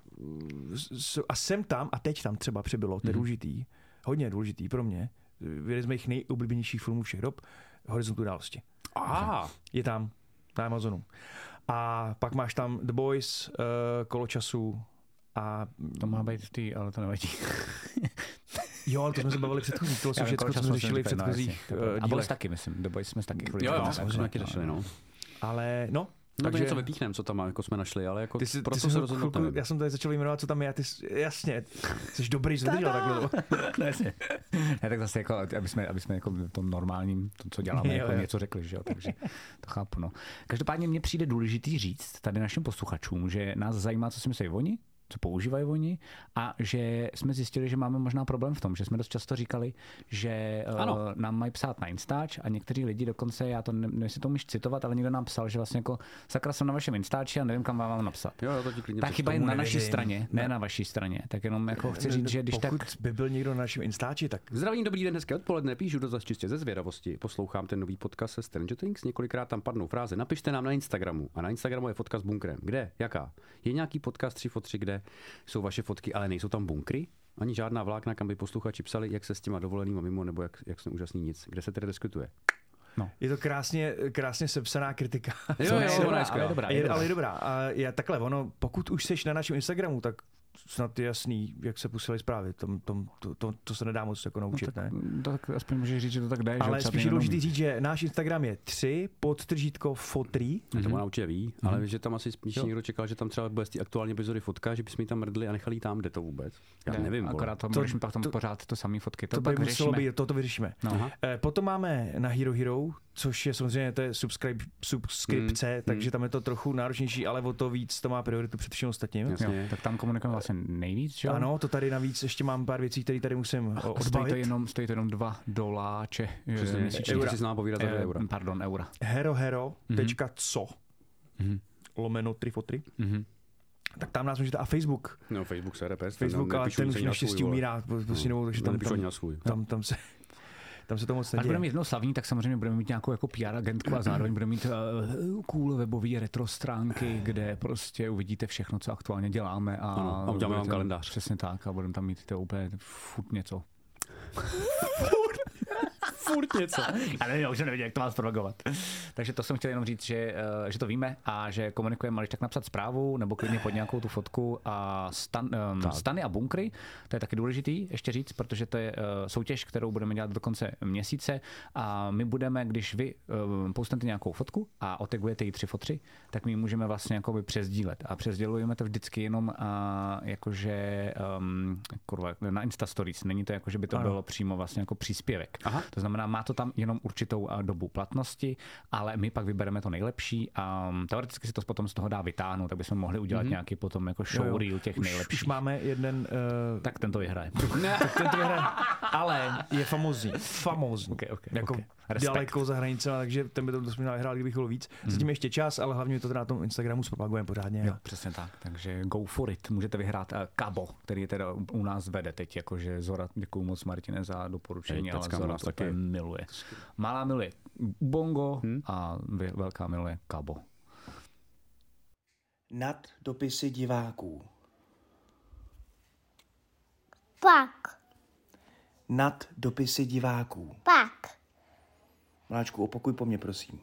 a jsem tam a teď tam třeba přibylo, to je mm-hmm. důležitý, hodně důležitý pro mě, jeden z mých nejoblíbenějších filmů všech dob, Horizont události. Aha. Je tam na Amazonu. A pak máš tam The Boys, uh, Kolo času a... To má být ty, ale to nevadí. Jo, ale to jsme se bavili předchozích, to jsou všechno, co jsme řešili v předchozích no, dílech. A Boys taky, myslím, The Boys jsme taky chvíli. Jo, jo, jsme taky řešili, no. Ale, no. No takže něco vypíchneme, co tam jako jsme našli, ale jako ty jsi, proto ty se rozhodl. Já jsem tady začal jmenovat, co tam je, a ty jsi, jasně, jsi dobrý, jsi to dělal takhle. Ne, ne, tak zase jako, aby jsme, aby jsme jako v tom normálním, to, co děláme, jako něco řekli, že jo, takže to chápu, no. Každopádně mně přijde důležitý říct tady našim posluchačům, že nás zajímá, co si myslí oni, co používají oni, a že jsme zjistili, že máme možná problém v tom, že jsme dost často říkali, že uh, nám mají psát na Instač a někteří lidi dokonce, já to nevím, jestli to můžu citovat, ale někdo nám psal, že vlastně jako sakra jsem na vašem Instači a nevím, kam vám mám napsat. Jo, to ti klidně tak chyba je na naší straně, ne na vaší straně. Tak jenom jako chci říct, že když Pokud tak... by byl někdo na našem Instači, tak... Zdravím, dobrý den, hezké odpoledne, píšu to zase čistě ze zvědavosti. Poslouchám ten nový podcast se Stranger Things, několikrát tam padnou fráze. Napište nám na Instagramu. A na Instagramu je fotka s bunkrem. Kde? Jaká? Je nějaký podcast tři fotři, kde jsou vaše fotky, ale nejsou tam bunkry? Ani žádná vlákna, kam by posluchači psali, jak se s těma dovolenýma mimo, nebo jak, jak jsme úžasný nic. Kde se tedy diskutuje? No. Je to krásně, krásně sepsaná kritika. Jo, jo, jo, dobrá, je ale je dobrá. Je, ale je dobrá. A já takhle, ono, pokud už seš na našem Instagramu, tak snad je jasný, jak se posílají zprávy. Tom, tom, to, to, to se nedá moc jako naučit, no, tak, ne? tak aspoň můžeš říct, že to tak jde. Ale že spíš je důležitý říct, že náš Instagram je tři podtržítko fotrí. Mm-hmm. To ona určitě ví, mm-hmm. ale že tam asi spíš někdo čekal, že tam třeba bude z té aktuální epizody fotka, že bychom ji tam mrdli a nechali tam, kde to vůbec. Já ne, nevím. Akorát to, to, budeš pak tam to, pořád to samý fotky. To, to by muselo být, to, to vyřešíme. No. E, potom máme na Hero Hero, což je samozřejmě to je subscribe, subskripce, mm, takže mm. tam je to trochu náročnější, ale o to víc to má prioritu před všem ostatním. Jo, tak tam komunikujeme vlastně nejvíc, že? Ano, to tady navíc ještě mám pár věcí, které tady musím odbavit. Stojí to jenom, stojí to jenom dva doláče. Měsíčně si zná povídat za eura. Pardon, eura. herohero tečka co mm-hmm. lomeno trifotry. Mm-hmm. Tak tam nás můžete, a Facebook. No, Facebook se repes. Facebook, ale ten už naštěstí umírá poslední no, takže tam, tam, tam, tam se... Tam se to moc neděje. Až budeme mít jednou slavní, tak samozřejmě budeme mít nějakou jako P R agentku a zároveň budeme mít uh, cool webový retro stránky, kde prostě uvidíte všechno, co aktuálně děláme. A, ano, a uděláme vám kalendář. Přesně tak a budeme tam mít to úplně furt něco. Furt něco. Já nevím, už nevěděl, jak to vás propagovat. Takže to jsem chtěl jenom říct, že, že to víme a že komunikujeme, ale tak napsat zprávu nebo klidně pod nějakou tu fotku a stan, um, stany a bunkry, to je taky důležitý ještě říct, protože to je uh, soutěž, kterou budeme dělat do konce měsíce a my budeme, když vy um, postanete nějakou fotku a otagujete ji tři fotři, tak my můžeme vlastně jakoby přesdílet a přesdělujeme to vždycky jenom uh, jakože um, kurva, na Insta Stories, není to jako, že by to ano. bylo přímo vlastně jako příspěvek. Aha. To znamená, má to tam jenom určitou dobu platnosti, ale my pak vybereme to nejlepší a teoreticky si to potom z toho dá vytáhnout, tak bychom mohli udělat mm-hmm. nějaký potom jako showreel těch už, nejlepších. Už máme jeden... Uh... Tak tento vyhraje. tak tento vyhraje. Ale je famózní. Famózní. Okay, okay, jako okay. daleko za hranicemi, takže ten by to možná vyhrál, kdybych bylo víc. Mm. Zatím ještě čas, ale hlavně to teda na tom Instagramu zpropagujeme pořádně. Jo, přesně tak. Takže go for it. Můžete vyhrát uh, Kabo, který je teda u nás vede teď, jakože Zora, děkuju moc Martine za doporučení, ale Zora to také miluje. Malá miluje Bongo hmm? a velká miluje Kabo. Nad dopisy diváků. Pak. Nad dopisy diváků. Pak. Mláčku, opakuj po mně, prosím.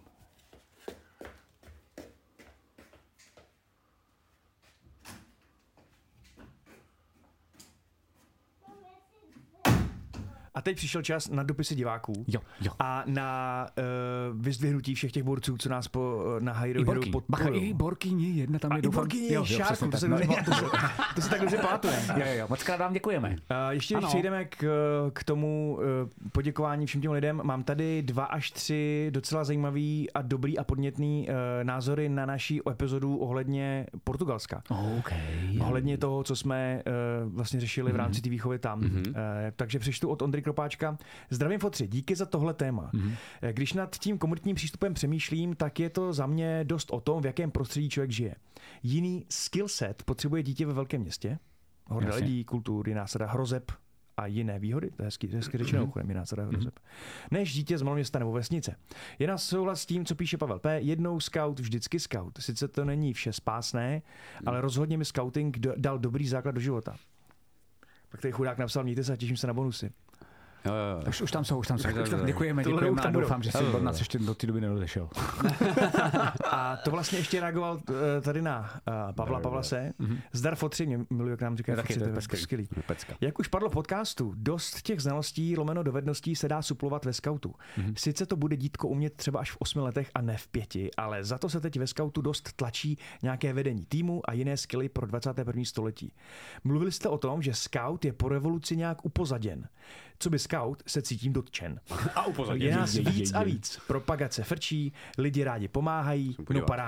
A teď přišel čas na dopisy diváků jo, jo. a na uh, vyzdvihnutí všech těch borců, co nás po, na Hero Hero podporují. I Borkyni, jedna tam je. I Borkyni, Šárku, to se no. to se tak dobře pamatuje. Jo, jo, moc krát vám děkujeme. Uh, ještě než přejdeme k, k tomu uh, poděkování všem těm lidem, mám tady dva až tři docela zajímavý a dobrý a podnětný uh, názory na naší epizodu ohledně Portugalska. Okay. Ohledně toho, co jsme uh, vlastně řešili mm-hmm. v rámci té výchovy tam. Mm-hmm. Uh, takže přečtu od Ondry Kropáčka. Zdravím fotři, díky za tohle téma. Mm-hmm. Když nad tím komunitním přístupem přemýšlím, tak je to za mě dost o tom, v jakém prostředí člověk žije. Jiný skillset potřebuje dítě ve velkém městě. Horda lidí, kultur, jiná sada hrozeb a jiné výhody, to je hezky, hezky řečeno, mm-hmm. jiná sada hrozeb, mm-hmm. než dítě z maloměsta nebo vesnice. Je na souhlas s tím, co píše Pavel P. Jednou scout, vždycky scout. Sice to není vše spásné, mm. ale rozhodně mi scouting dal dobrý základ do života. Pak tady chudák napsal, mějte se a těším se na bonusy. Jo, jo, jo. Už, už tam jsou, už tam jsou. Už tam děkujeme, děkujeme a doufám, že si od nás ještě do té doby neodešel. A to vlastně ještě reagoval tady na uh, Pavla Pavlase. Mm-hmm. Zdar fotři, mě miluji, jak nám říkají fotři, to je skvělý. Jak už padlo v podcastu, dost těch znalostí, lomeno dovedností se dá suplovat ve skautu. Mm-hmm. Sice to bude dítko umět třeba až v osmi letech a ne v pěti, ale za to se teď ve skautu dost tlačí nějaké vedení týmu a jiné skilly pro dvacáté první století. Mluvili jste o tom, že scout je po revoluci nějak upozaděn. Co by scout, se cítím dotčen. A upozaděn. Je nás víc a víc. Propagace frčí, lidi rádi pomáhají, no paráda.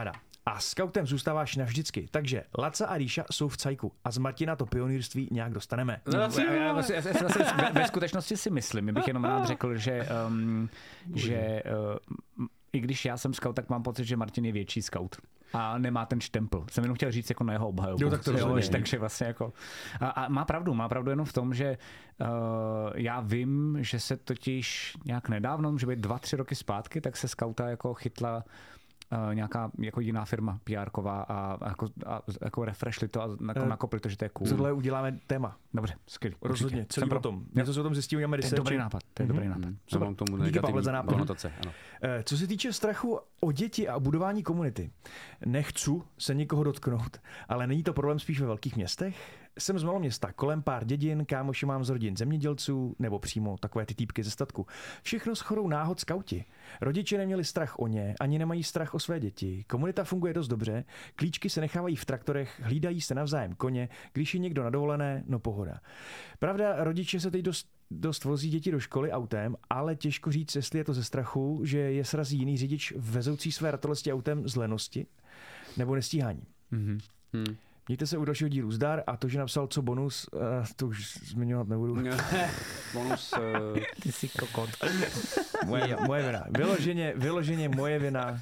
A skautem zůstáváš navždycky. Takže Laca a Ríša jsou v cajku a z Martina to pionýrství nějak dostaneme. No, já, já, já, já, já, ve, ve skutečnosti si myslím, bych jenom rád řekl, že, um, že uh, i když já jsem scout, tak mám pocit, že Martin je větší scout. A nemá ten štempl. Jsem jenom chtěl říct jako na jeho obhajobu. Jo, tak to jo, takže vlastně jako... A, a má pravdu, má pravdu jenom v tom, že uh, já vím, že se totiž nějak nedávno, že by dva, tři roky zpátky, tak se skauta jako chytla Uh, nějaká jako jiná firma pé érková a, a, jako, a jako refreshli to a jako uh, nakopli to, že to je cool. Tohle uděláme téma. Dobře, skvělý. Rozhodně, celý o tom. Něco se o tom zjistí, uděláme research. To je dobrý nápad, to je mm-hmm. dobrý nápad. Co mám tomu Díky, Pavle, za nápad. Konotace, ano. Co se týče strachu o děti a budování komunity, nechci se nikoho dotknout, ale není to problém spíš ve velkých městech? Jsem z maloměsta, kolem pár dědin, kámoši mám z rodin zemědělců, nebo přímo takové ty týpky ze statku. Všechno shodou náhod skauti. Rodiče neměli strach o ně, ani nemají strach o své děti. Komunita funguje dost dobře, klíčky se nechávají v traktorech, hlídají se navzájem koně, když je někdo na dovolené, no pohoda. Pravda, rodiče se teď dost dost vozí děti do školy autem, ale těžko říct, jestli je to ze strachu, že je srazí jiný řidič vezoucí své ratolesti autem z lenosti nebo nestíhání. Mm-hmm. Hmm. Mějte se u dalšího dílu zdar a to, že napsal co bonus, uh, to už zmiňovat nebudu. Bonus, uh... ty jsi kokot. moje, moje vina. Vyloženě, vyloženě moje vina.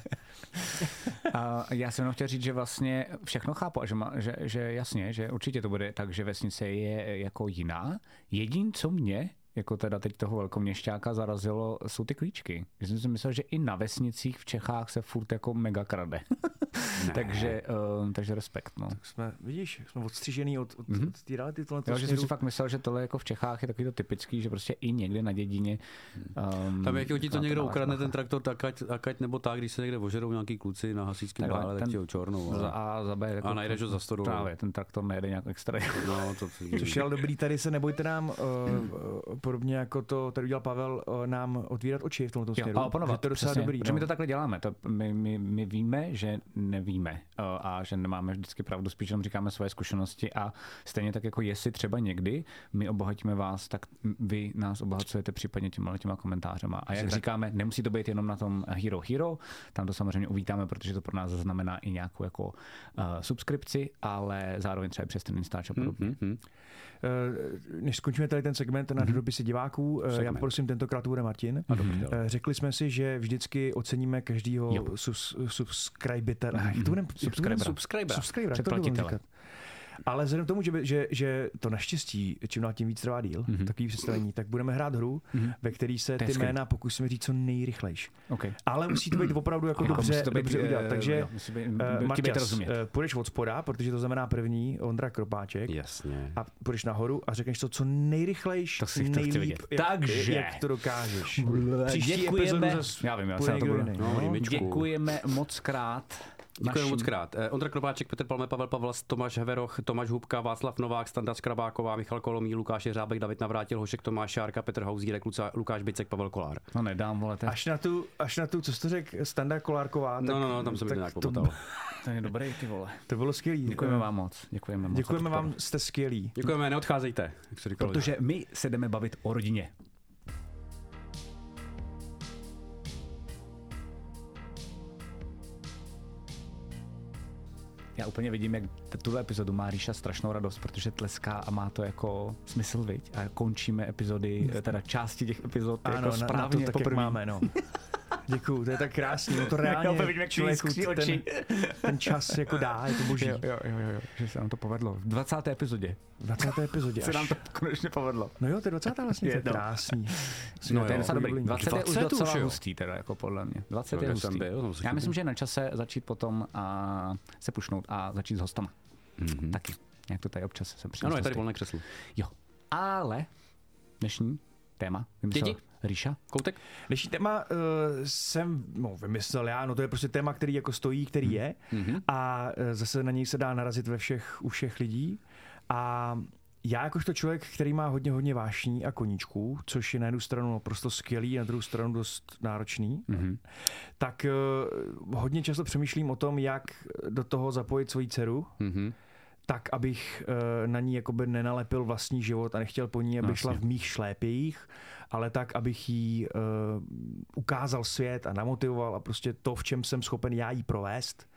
A já jsem jenom chtěl říct, že vlastně všechno chápu a že, má, že, že jasně, že určitě to bude tak, že vesnice je jako jiná. Jediné, co mě jako teda teď toho velkoměšťáka zarazilo, jsou ty klíčky. Já jsem si myslel, že i na vesnicích v Čechách se furt jako mega krade. takže, uh, takže respekt. No. Tak jsme, vidíš, jsme odstřižený od, od, mm-hmm. od té reality. Jo, že jsem si fakt myslel, že tohle jako v Čechách je takový to typický, že prostě i někde na dědině. Um, Tam jak ti to někdo ukradne ten traktor, tak ať, ať nebo tak, když se někde ožerou nějaký kluci na hasičském bále, tak ti ho čornou. Ale... A, za B, jako a najdeš ho za sto dolarů. Právě, ten traktor nejde nějak extra. No, to Což je ale dobrý, tady se nebojte nám, uh, podobně jako to tady udělal Pavel, uh, nám otvírat oči v tomto směru. A oponovat, to je docela dobrý. Protože no. my to takhle děláme. To my, my, my víme, že nevíme uh, a že nemáme vždycky pravdu, spíš jenom říkáme svoje zkušenosti a stejně tak jako jestli třeba někdy my obohatíme vás, tak vy nás obohacujete případně těma těma komentářema. A jak říkáme, nemusí to být jenom na tom Hero Hero, tam to samozřejmě uvítáme, protože to pro nás znamená i nějakou jako uh, subskripci, ale zároveň třeba přes ten Instač a podobně. Mm-hmm. Než skončíme tady ten segment na mm-hmm. dopisy diváků, segment. Já prosím, tentokrát bude Martin. Mm-hmm. Řekli jsme si, že vždycky oceníme každýho sus, subscribitera. Mm-hmm. Jak to budeme? Subscribera. Subscribera. Subscribera. Předplatitele. Ale vzhledem k tomu, že, že, že to naštěstí čím dál tím víc trvá díl, mm-hmm. takový představení, tak budeme hrát hru, mm-hmm. ve který se ty jména pokusíme říct co nejrychlejš. Okay. Ale musí to být opravdu jako Aha, dobře, to být, dobře udělat. Takže uh, Marťas, uh, půjdeš od spoda, protože to znamená první, Ondra Kropáček. Jasně. A půjdeš nahoru a řekneš to co nejrychlejš, to si nejlíp, jak, Takže. jak to dokážeš. Příští děkujeme, já vím, já se na to budu. No, děkujeme moc krát. Děkujeme moc krát. Ondra Kropáček, Petr Palme, Pavel Pavlas, Tomáš Heveroch, Tomáš Hubka, Václav Novák, Standa Skrabáková, Michal Kolomý, Lukáš Jeřábek, David Navrátil, Hošek Tomáš Šárka, Petr Hauzírek, Lukáš Bicek, Pavel Kolár. No nedám, vole. Te... Až na tu, až na tu, co jsi to řekl, Standa Kolárková. Tak, no, no, no, tam jsem to nějak popotal. To je dobrý, ty vole. To bylo skvělý. Děkujeme vám moc. Děkujeme moc. Děkujeme vám, jste skvělí. Děkujeme, neodcházejte. Jak se říkalo, protože my se jdeme bavit o rodině. Já úplně vidím, jak tuhle epizodu má Ríša strašnou radost, protože tleská a má to jako smysl, viď? A končíme epizody, teda části těch epizod ano, jako správně na, na to poprvé. máme, no. Děkuju, to je tak krásný, no to reálně člověku ten, ten čas jako dá, je to boží. Jo, jo, jo, jo, že se nám to povedlo. V dvacáté epizodě. V dvacáté epizodě se nám to konečně povedlo. No jo, to je dvacátá vlastně, to je krásný. No, to je docela dobrý. dvacet je už docela hustý, teda jako podle mě. dvacet je hustý. Já myslím, že je na čase začít potom a se pušnout a začít s hostama. Mm-hmm. Taky. Jak to tady občas jsem přinesl. Ano, je tady volné křeslo. Jo. Ale dnešní téma. Děti. Ríša? Koutek? Dnešní téma uh, jsem no, vymyslel já, no to je prostě téma, který jako stojí, který mm. je mm-hmm. a uh, zase na něj se dá narazit ve všech, u všech lidí a já jakožto člověk, který má hodně, hodně vášní a koníčků, což je na jednu stranu naprosto skvělý, na druhou stranu dost náročný, mm-hmm. tak uh, hodně často přemýšlím o tom, jak do toho zapojit svoji dceru, mm-hmm. tak, abych uh, na ní jakoby nenalepil vlastní život a nechtěl po ní, aby Vlastně. šla v mých šlépějích, ale tak, abych jí uh, ukázal svět a namotivoval a prostě to, v čem jsem schopen já jí provést,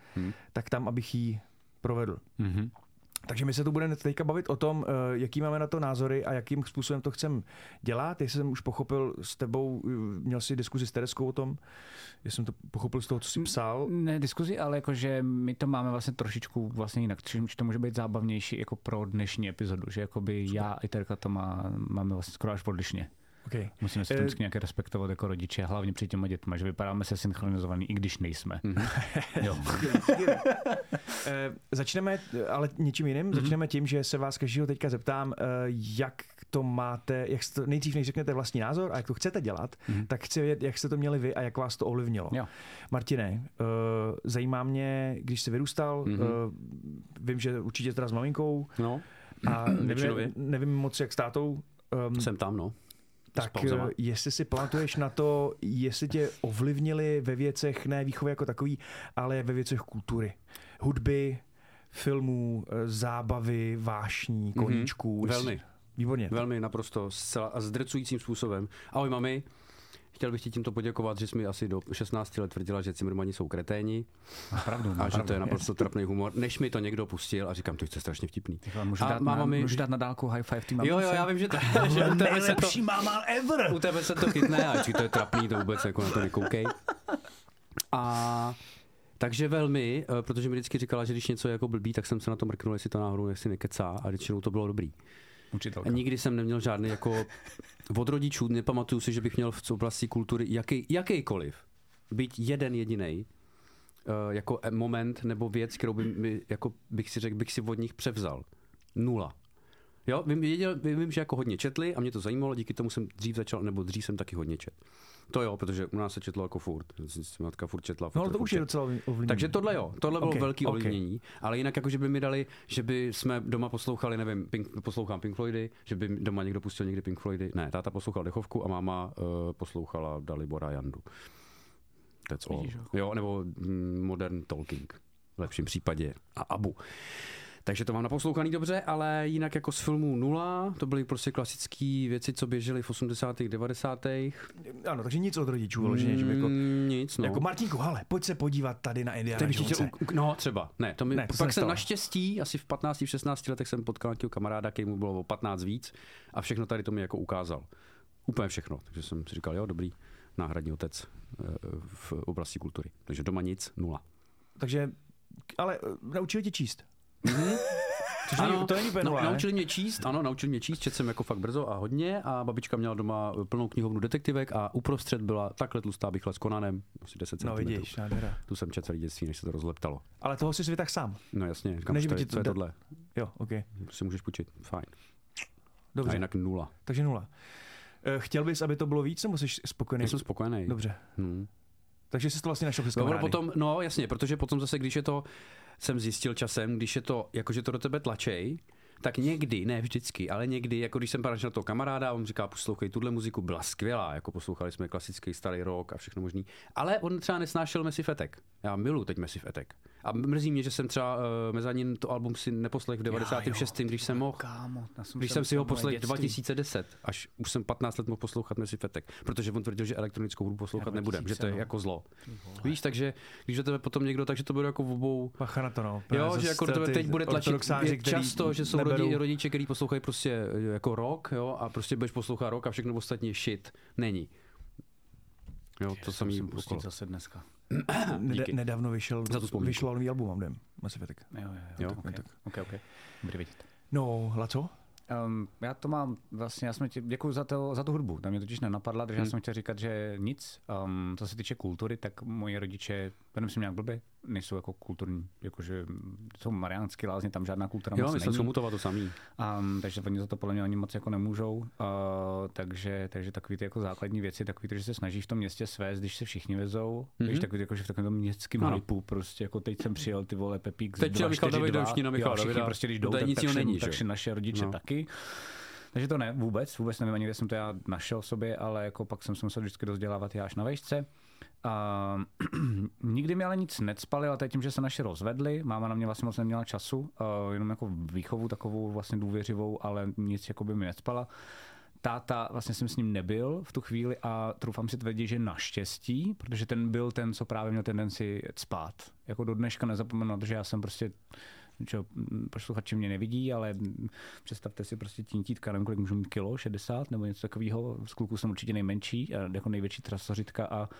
hmm. tak tam, abych ji provedl. Mm-hmm. Takže my se tu budeme teďka bavit o tom, jaký máme na to názory a jakým způsobem to chcem dělat. Jestli jsem už pochopil s tebou, měl jsi diskuzi s Tereskou o tom, jestli jsem to pochopil z toho, co jsi psal. Ne diskuzi, ale jakože my to máme vlastně trošičku vlastně jinak, čímž to může být zábavnější jako pro dnešní epizodu, že jakoby já i Terka to má, máme vlastně skoro až odlišně. Okay. Musíme se to vždycky nějaké respektovat jako rodiče, hlavně před těma dětma, že vypadáme se synchronizovaný, i když nejsme. Mm-hmm. Jo. e, začneme ale něčím jiným. Mm-hmm. Začneme tím, že se vás každého teďka zeptám, jak to máte, jak to, nejdřív než řeknete vlastní názor a jak to chcete dělat, mm-hmm. tak chci vědět, jak jste to měli vy a jak vás to ovlivnilo. Jo. Martine, uh, zajímá mě, když jsi vyrůstal, mm-hmm. uh, vím, že určitě teda s maminkou no. a nevím, nevím moc, jak s tátou. Um, Jsem tam, no. Tak jestli si pamatuješ na to, jestli tě ovlivnili ve věcech, ne výchovy jako takový, ale ve věcech kultury. Hudby, filmů, zábavy, vášní, koníčků. Mm-hmm. Velmi. Výborně. Velmi, naprosto zcela a zdrcujícím způsobem. Ahoj mami, chtěl bych ti tímto poděkovat, že jsi mi asi do šestnácti let tvrdila, že Cimrmani jsou kreténi. Pravdu, a pravdu, že to je naprosto trapný humor, než mi to někdo pustil a říkám, to je strašně vtipný. Můžu dát, na, mi... můžu dát na dálku high five tým. Jo, jo, já vím, že to že u tebe se to, máma ever. U tebe se to chytne, a či to je trapný, to vůbec jako na to nekoukej. A takže velmi, protože mi vždycky říkala, že když něco je jako blbý, tak jsem se na to mrknul, jestli to náhodou jestli nekecá a většinou to bylo dobrý. Učitelka. A nikdy jsem neměl žádný jako od rodičů, nepamatuju si, že bych měl v oblasti kultury jaký, jakýkoliv, být jeden jedinej uh, jako moment nebo věc, kterou by mi, jako bych si řekl, bych si od nich převzal. Nula. Jo, vím, věděl, vím, že jako hodně četli a mě to zajímalo, díky tomu jsem dřív začal, nebo dřív jsem taky hodně čet. To jo, protože u nás se četlo jako furt. Matka furt četla. Furt, no ale to už je docela ovlivnění. Takže tohle jo, tohle bylo okay, velký okay. ovlivnění, ale jinak jako, že by mi dali, že by jsme doma poslouchali, nevím, Pink, poslouchám Pink Floydy, že by doma někdo pustil někdy Pink Floydy. Ne, táta poslouchal Dechovku a máma uh, poslouchala Dalibora Jandu. That's all. Vidíš, jo, nebo mm, Modern Talking v lepším případě a Abu. Takže to mám naposlouchaný dobře, ale jinak jako z filmů nula, to byly prostě klasické věci, co běžely v osmdesátých, devadesátých. Ano, takže nic od rodičů, vloženě, mm, že jako, nic, no. Jako Martínku, hele, pojď se podívat tady na Indiana Jonese. No, třeba. Ne, to mi, ne, to pak jsem naštěstí, asi v patnácti, v šestnácti letech jsem potkal nějakého kamaráda, který mu bylo o patnáct víc a všechno tady to mi jako ukázal. Úplně všechno. Takže jsem si říkal, jo, dobrý, náhradní otec v oblasti kultury. Takže doma nic, nula. Takže, ale naučil tě číst. Mm-hmm. Což ano, to není no, naučili mě číst, ano, naučili mě číst, četl jsem jako fakt brzo a hodně a babička měla doma plnou knihovnu detektivek a uprostřed byla takhle tlustá bychla s Conanem, asi deset centimetrů. No vidíš, nádhera. Tu jsem četl celý dětství, než se to rozleptalo. Ale toho jsi si vytáhl sám. No jasně, říkám, Než to by je, ti co je to tohle. Jo, ok. Si můžeš půjčit, fajn. Dobře. A jinak nula. Takže nula. Chtěl bys, aby to bylo víc, nebo jsi spokojený? Já jsem spokojený. Dobře. Hmm. Takže jsi to vlastně našel přes kamarády. Potom, no jasně, protože potom zase, když je to, jsem zjistil časem, když je to, jakože to do tebe tlačej, tak někdy, ne vždycky, ale někdy, jako když jsem narazil na toho kamaráda, on říká, poslouchej, tuhle muziku byla skvělá, jako poslouchali jsme klasický starý rock a všechno možný, ale on třeba nesnášel Massive Attack. Já miluji teď Massive Attack. A mrzí mě, že jsem třeba uh, Mezanin to album si neposlech v devadesátém šestém když jsem mohl. Kámo, jsem když jsem si ho poslech dva tisíce deset, až už jsem patnáct let mohl poslouchat Massive Attack, protože on tvrdil, že elektronickou hudbu poslouchat nebudem, že to je no. jako zlo. Víš, takže když do tebe potom někdo, takže to bude jako v obou. Bacha na to, no. Jo, že jako do tebe teď bude tlačit často, že jsou rodi, rodiče, kteří poslouchají prostě jako rock, jo, a prostě budeš poslouchat rock a všechno ostatní shit. Není. Jo, to samý pustit zase dneska. Ned- nedávno vyšel, vyšel nový album, mám jdem. Massive Attack. Jo, jo, jo. jo okay. Tak. Okay, okay. Dobrý vidět. No, Laco? Um, já to mám vlastně, já jsem tě, děkuju za, to, za tu hudbu, ta mě totiž nenapadla, takže hmm. já jsem chtěl říkat, že nic, um, co se týče kultury, tak moji rodiče, to nemyslím nějak blbě, nejsou jako kulturní, jakože jsou mariánský lázně, tam žádná kultura jo, moc není. Jo, myslím, Somutova to samý. Um, takže oni za to podle mě ani moc jako nemůžou, uh, takže, takže takový ty jako základní věci, takový to, že se snaží v tom městě svést, když se všichni vezou, mm-hmm. když takový jakože v takovém městském hypu, prostě jako teď jsem přijel ty vole Pepík, teď přijel Michal David, už na Michal Davida, prostě když jdou, tak, tak, není, takže naše rodiče no. taky. Takže to ne, vůbec, vůbec nevím ani, kde jsem to já našel sobě, ale jako pak jsem se musel vždycky dozdělávat já až na vejšce. Uh, nikdy mi ale nic necpali, ale tím, že se naše rozvedli, máma na mě vlastně moc neměla času, uh, jenom jako výchovu takovou vlastně důvěřivou, ale nic jako by mi necpala. táta, vlastně jsem s ním nebyl v tu chvíli a troufám si tvrdit, že naštěstí, protože ten byl ten, co právě měl tendenci spát. Jako do dneška nezapomenu na to, že já jsem prostě čo, posluchači mě nevidí, ale představte si prostě tímtítka, nevím, kolik můžu mít kilo, šedesát nebo něco takového. Z kluků jsem určitě nejmenší, jako největší trasořitka a, a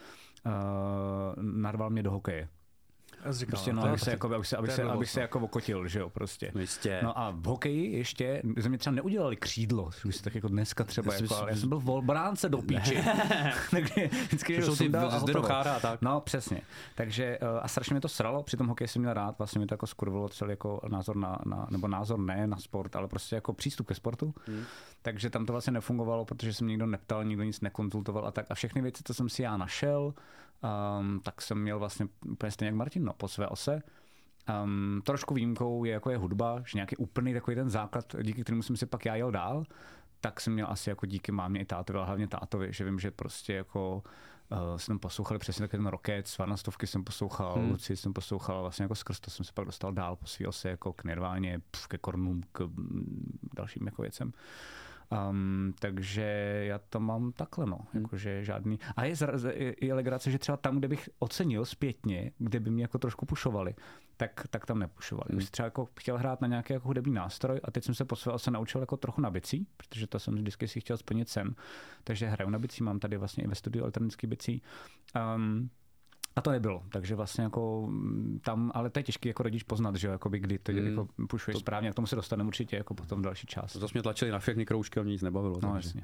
narval mě do hokeje. Říkal, prostě, no, abych se, jako, abych se, abych se, abych se jako okotil, že jo, prostě. Jistě. No a v hokeji ještě, ze mě třeba neudělali křídlo, už tak jako dneska třeba, já, jako, ale já jsem byl volbránce do píči. Takže vždycky jsou ty zde do chára, tak. No, přesně. Takže a strašně mě to sralo, při tom hokeji jsem měl rád, vlastně mi to jako skurvilo celý jako názor na, na, nebo názor ne na sport, ale prostě jako přístup ke sportu. Hmm. Takže tam to vlastně nefungovalo, protože jsem nikdo neptal, nikdo nic nekonzultoval a tak. A všechny věci, co jsem si já našel, Um, tak jsem měl vlastně úplně stejně jak Martin, no, po své ose. Um, trošku výjimkou je jako je hudba, že nějaký úplný takový ten základ, díky kterému jsem si pak já jel dál, tak jsem měl asi jako díky mámě i tátovi, ale hlavně tátovi, že vím, že prostě jako uh, jsem poslouchal přesně takový ten Rocket, Svanastovky jsem poslouchal, hmm. Luci jsem poslouchal, vlastně jako skrz to jsem se pak dostal dál po své ose, jako k Nirváně, ke Kornům, k dalším jako věcem. Um, takže já to mám takhle, no, hmm. jakože žádný. A je, je, je legrace, že třeba tam, kde bych ocenil zpětně, kde by mě jako trošku pušovali, tak, tak tam nepušovali. Hmm. Už třeba jako chtěl hrát na nějaký jako hudební nástroj a teď jsem se po své ose naučil jako trochu na bicí, protože to jsem vždycky si chtěl splnit sen. Takže hraju na bicí, mám tady vlastně i ve studiu elektronický bicí. Um, A to nebylo, takže vlastně jako tam, ale to je těžký jako rodič poznat, že jo, jakoby kdy to mm. jako pušuješ to... správně, k tomu se dostaneme určitě jako potom další čas. To mě tlačili na všechny kroužky, mě nic nebavilo. No jasně.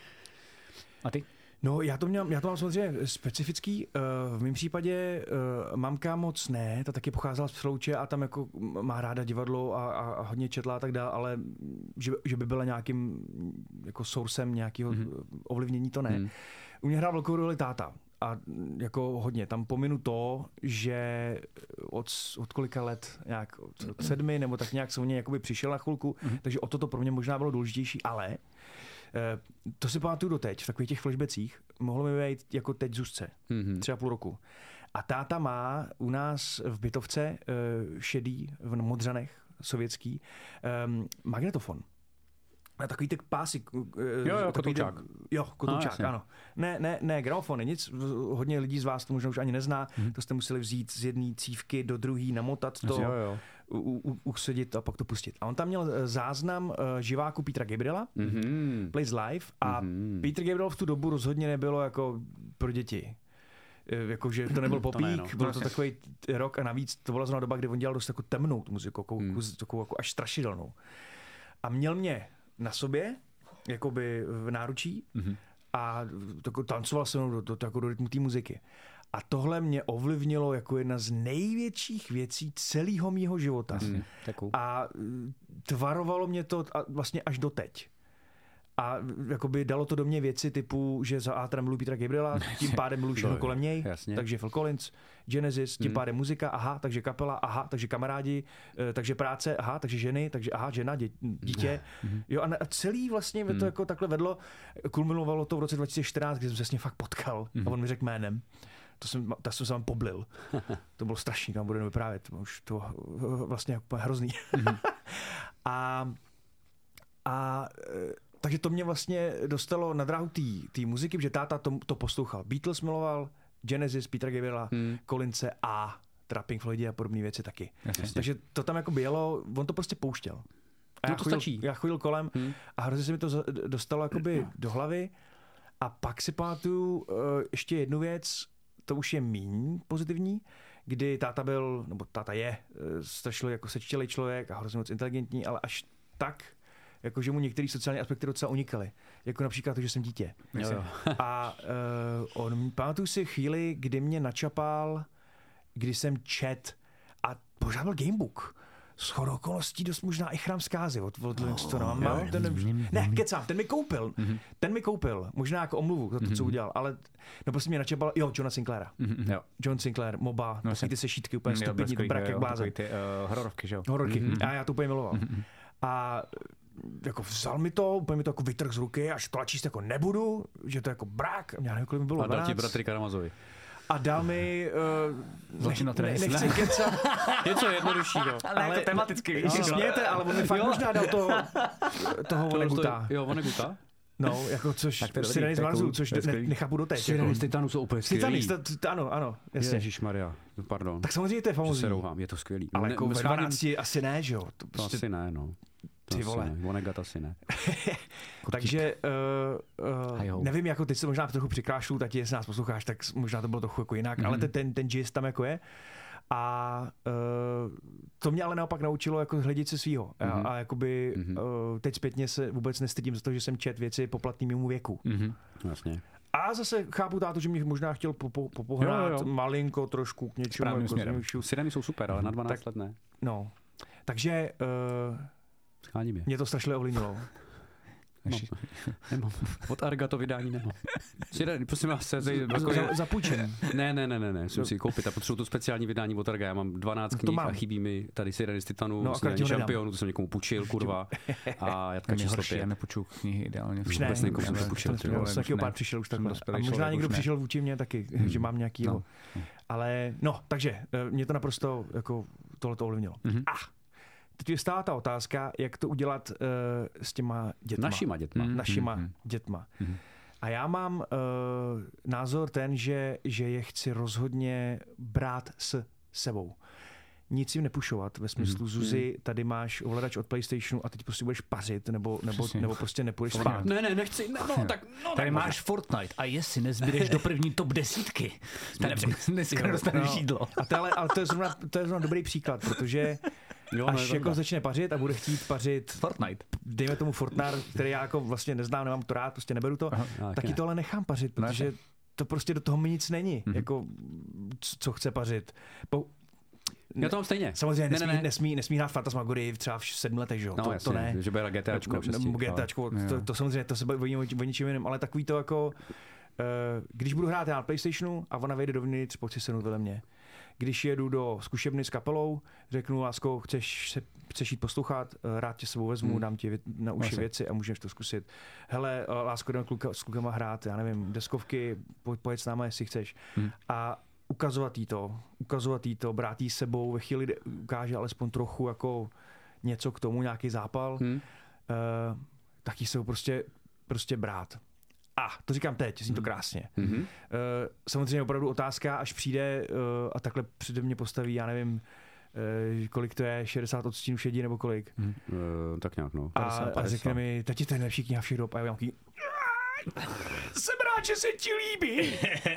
A ty? No já to, měl, já to mám samozřejmě specifický. V mém případě mamka moc ne, ta taky pocházela z Přelouče a tam jako má ráda divadlo a, a, a hodně četla a tak dále, ale že, že by byla nějakým jako sourcem nějakého mm. ovlivnění, to ne. Mm. U mě hrál velkou roli táta. A jako hodně, tam pominu to, že od, od kolika let, nějak od, od sedmi, nebo tak nějak jsem o něj jakoby přišel na chvilku, mm-hmm. takže o toto pro mě možná bylo důležitější, ale eh, to si pamatuju doteď, v takových těch flashbacích, mohlo mi být jako teď Zuzce, mm-hmm. třeba půl roku. A táta má u nás v bytovce eh, šedý, v Modřanech, sovětský, eh, magnetofon. Na takový ty pásy. Jo, jo, kotoučák. Jo, kotoučák, ano. Ne, ne, ne, gramofony, nic. Hodně lidí z vás to možná už ani nezná. Hmm. To jste museli vzít z jedné cívky do druhé, namotat to, jo, jo. U, u, usedit a pak to pustit. A on tam měl záznam živáku Petra Gabriela, mm-hmm. Plays Live, a mm-hmm. Peter Gabriel v tu dobu rozhodně nebylo jako pro děti. Jakože to nebyl popík, to ne, no. Byl to takový rok a navíc to byla zrovna doba, kdy on dělal dost jako temnou tu muziku, takovou, hmm. takovou jako až strašidelnou. A měl mě na sobě, jakoby v náručí mm-hmm. a tancoval se mnou do, do, do, do rytmu té muziky. A tohle mě ovlivnilo jako jedna z největších věcí celého mýho života. Mm, a tvarovalo mě to a vlastně až doteď. A jakoby dalo to do mě věci typu, že za A teda miluji Petra Gabriela, tím pádem miluji všechno kolem něj, jasně. Takže Phil Collins, Genesis, tím mm. pádem muzika, aha, takže kapela, aha, takže kamarádi, takže práce, aha, takže ženy, takže aha, žena, dě, dítě. Mm. Jo, a celý vlastně mm. to jako takhle vedlo, kulminovalo to v roce dva tisíce čtrnáct, kdy jsem se s ním fakt potkal mm. a on mi řekl jménem. To jsem, to jsem se vám poblil. To bylo strašný, tam budu vyprávět, už to vlastně úplně hrozný. Mm. a, a takže to mě vlastně dostalo na dráhu té muziky, protože táta to, to poslouchal. Beatles miloval, Genesis, Petra Gabriela, hmm. Collinse a Pink Floydy a podobné věci taky. Jasně. Takže to tam jako bylo, on to prostě pouštěl. A no já, to chodil, stačí. já chodil kolem hmm. a hrozně se mi to dostalo jakoby do hlavy. A pak si pamatuju uh, ještě jednu věc, to už je míň pozitivní, kdy táta byl, nebo táta je uh, strašně jako sečtělej člověk a hrozně moc inteligentní, ale až tak, jakože mu některé sociální aspekty docela unikaly. Jako například to, že jsem dítě. Jo, jo. A uh, on, pamatuju si chvíli, kdy mě načapal, kdy jsem čet a pořád byl Gamebook. Shodou okolností dost možná i Chrám zkázy od, od Livingstona. Oh, mám, ten, ne, kecám, ten mi koupil. Mm-hmm. Ten mi koupil. Možná jako omluvu za to, mm-hmm. co udělal. Ale no prostě mě načapal, jo, Johna Sinclaira. Mm-hmm. Jo. John Sinclair, MOBA, no, ty sešítky úplně stupidní, to brak jak blázen. Ty uh, hororovky, že jo? Hororovky. Mm-hmm. A já to úplně miloval. Mm-hmm. A jako vzal mi to, úplně mi to jako vytrh z ruky, až to číst jako nebudu, že to jako brák. Já nevím, kolik mi bylo. A dal ti bratry Karamazovi. A dal mi... Uh, nech, ne, nechci kecat. Něco jednoduššího. Ale, ale jako tematicky. Když si smějete, ale on mi fakt možná dal toho, toho Voneguta. Jo, Voneguta? No, jako což Tak to je Sireny z dobrý, Marsu, to je což cool, to je ne, skvělý. nechápu doteď. Sireny jako. z Titanu jsou úplně Titanic, skvělý. to, to, ano, ano, jasně. Ježišmarja, pardon. Tak samozřejmě to je Že famózní. se rouhám, je to skvělý. Ale Ne- jako ve schválně- dvanácti asi ne, že jo? To To prostě, asi ne, no. To Ty asi vole. Ne. Vonnegut asi ne. takže uh, Hi ho. uh, nevím, jako teď se možná trochu přikrášlu, tati, jestli nás posloucháš, tak možná to bylo trochu jako jinak, Mhm. ale ten, ten, ten gist tam jako je. A uh, to mě ale naopak naučilo jako hledět se svýho. A, Mhm. a jakoby Mhm. uh, teď zpětně se vůbec nestydím za to, že jsem čet věci poplatný mému věku. Mhm. Jasně. A zase chápu tátu, že mě možná chtěl po, po, popohrát Jo, jo, jo. malinko trošku k něčemu. Správným Jako směrem. změnšuju. Sireny jsou super, ale na dvanáct Tak- let ne. No. Takže uh, Scháním je. mě to strašně ovlivnilo. Naši- Nemám. Od Arga to vydání nemám. Sireny, prosím vás, se zej, Za- za- Zapůjčen. Ne, ne, ne, ne, ne, musím si ji koupit a potřebuji to speciální vydání od Arga. Já mám dvanáct No to knih mám. a chybí mi tady Sireny z Titanu, No, no, akorát ti ho nedám. šampionu, to jsem někomu půjčil, kurva. A Jatka Ten je číslo horší, já pět. nepůjčuju knihy ideálně. Už Jsou ne, vůbec nikomu nejkouším, jsem ale nepůjčil, to- ty to- vole, to- Z taky už pár ne. přišel už Jsem takhle. dospělý A možná člověk, někdo už ne. přišel vůči mě taky, že mám nějaký No. no. Ale no, takže eh, mě to naprosto jako tohle to ovlivnilo. Mhm. A teď je stála ta otázka, jak to udělat uh, s těma dětma. Našima dětma. Mhm. Našima Mhm. dětma. Mhm. A já mám uh, názor ten, že, že je chci rozhodně brát s sebou. Nic jim nepušovat ve smyslu, Mhm. Zuzi, tady máš ovladač od PlayStationu a teď prostě budeš pařit, nebo, nebo, Přesně. nebo prostě nepůjdeš spát. Ne, ne, nechci, ne, no, tak, no, Tady tak máš Fortnite a jestli nezbydeš do první top desítky, tak dneska dostaneš No. jídlo. A to, ale, ale to, je zrovna, to je zrovna dobrý příklad, protože Jo, až no, jako začne pařit a bude chtít pařit, Fortnite. dejme tomu Fortnite, který já jako vlastně neznám, nemám to rád, prostě neberu to, Aha, já taky taky ne. to ale nechám pařit, No, protože to prostě do toho mi nic není, Mhm. jako c- co chce pařit. Po, Já to mám stejně. samozřejmě Ne, nesmí, ne, ne, ne. Nesmí, nesmí hrát Fantasmagorii třeba v sedmi letech, že jo, No, to, jasně, to ne. že bude GTAčko. v šesti, Nebo ale- GTAčko, Jo. to, to samozřejmě, to se baví o, o ničem jiném, ale takový to jako, eh, když budu hrát já na PlayStationu a ona vejde dovnitř, pojď si sednout vedle mě. Když jedu do zkušebny s kapelou, řeknu, lásko, chceš, se, chceš jít poslouchat, eh, rád tě sebou vezmu, Hmm. dám ti vě, na uši Asi. věci a můžeš to zkusit. Hele, eh, lásko, jdeme kluka, s klukama hrát, já nevím, deskovky, pojď, pojď s náma, jestli chceš. Hmm. A ukazovat jí to, ukazovat jí to, brát jí sebou, ve chvíli, kdy ukáže alespoň trochu jako něco k tomu, nějaký zápal, Hm? uh, tak jí se prostě, prostě brát. A to říkám teď, zní to krásně. Mhm. Uh, samozřejmě opravdu otázka, až přijde uh, a takhle přede mě postaví, já nevím, uh, kolik to je, šedesát odstínů šedí nebo kolik. Eh, tak nějak, no. A, padesát, a padesát. řekne mi, tati, to je nejlepší kniha všech dob. A já mám takový, jsem rád, že se ti líbí.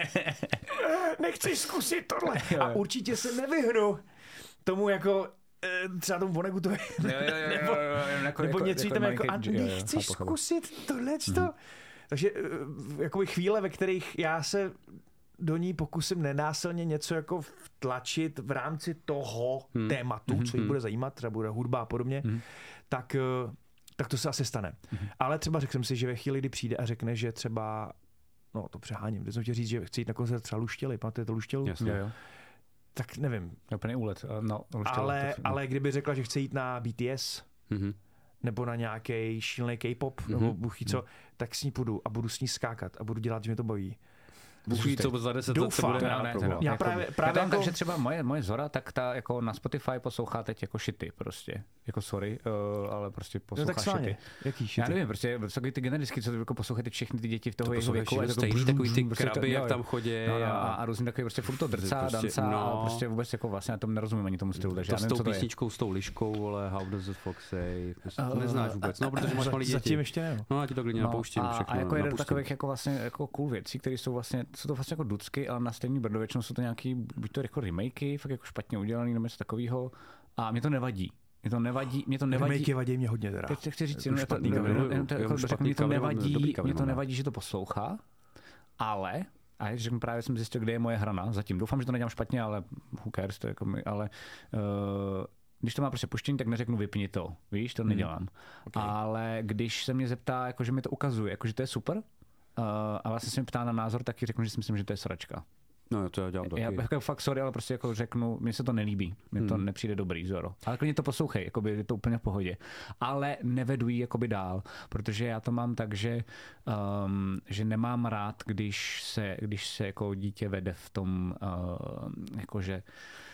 Nechceš zkusit tohle. A určitě se nevyhnu tomu jako eh, třeba tomu Vonneguttovi. Nebo, nebo něco jí tam jako, a nechceš zkusit tohleto? Mm. Takže eh, jakoby chvíle, ve kterých já se do ní pokusím nenásilně něco jako vtlačit v rámci toho Hmm. tématu, Mhm, co jí hmm. bude zajímat, třeba bude hudba a podobně, Mhm. tak, eh, tak to se asi stane. Mhm. Ale třeba řekl jsem si, že ve chvíli, kdy přijde a řekne, že třeba, no to přeháním, když jsem chtěl říct, že chci jít na koncert třeba Luštěli, pamatujete to Luštělu? Jasně. Jo, jo. Tak nevím. Úplný úlet. No, určitě, Ale, to- ale kdyby řekla, že chce jít na B T S, Mhm. nebo na nějaký šílený K-pop, Mhm. nebo buchy co, tak s ní půjdu a budu s ní skákat a budu dělat, že mě to baví. Bůh ví, co za deset let se Doufám. bude To ne, hrát. ne, pro to ne. boha. Já Jako právě- by- právě já to mám jako- tak, že třeba moje, moje Zora, tak ta jako na Spotify poslouchá teď jako shity prostě. Jako sorry, uh, ale prostě No poslouchá tak shity. sváně. Jaký Já šity? nevím, prostě takový ty genericky, co jako poslouchají ty všechny ty děti v toho To jeho poslouchají věku. a všechno jako stejný, brum, takový ty brum, prostě to- kraby, jo, jak jo. tam chodí. No, no, a- a, a různě takový prostě furt to drcá, Prostě, dancá no. a prostě vůbec jako vlastně já tomu nerozumím ani tomu stylu, takže To já s nevím, tou co to je. písničkou, s tou liškou, vole, How does the fox say? Prostě to Uh, neznáš vůbec, no, protože máš Za- malý děti. Zatím ještě ne. No, já ti to klidně napouštím a, všechno. a jako jeden napustím. takových jako vlastně jako cool věcí, které jsou vlastně, jsou to vlastně jako ducky, ale na stejný brdo, většinou jsou to nějaký, buď to jako remakey, fakt jako špatně udělaný, nebo něco takového. A mě to nevadí. Mě to nevadí, mě to nevadí. Remakey vadí mě hodně teda. Teď to chci říct, Jako jenom, je to, špatný jenom, covery. jenom, jenom to, Jo, jako, špatný řeknu, mě to covery mám, nevadí, dobrý covery mě to mám, nevadí, že to poslouchá, ale a já řeknu, právě jsem zjistil, kde je moje hrana. Zatím doufám, že to nedělám špatně, ale who cares, to je jako my, ale uh, když to má prostě puštění, tak neřeknu vypni to, víš, to nedělám. Okay. Ale když se mě zeptá, jako, že mi to ukazuje, jako, že to je super, uh, a vlastně se mi ptá na názor, taky řeknu, že si myslím, že to je sračka. No, jo, to já dělám taky. Já jako fakt sorry, ale prostě jako řeknu, mně se to nelíbí, mně to Hmm. nepřijde dobrý, Zoro. Ale klidně to poslouchej, jakoby je to úplně v pohodě. Ale nevedu jí jakoby dál, protože já to mám tak, že, um, že nemám rád, když se, když se jako dítě vede v tom, uh, jakože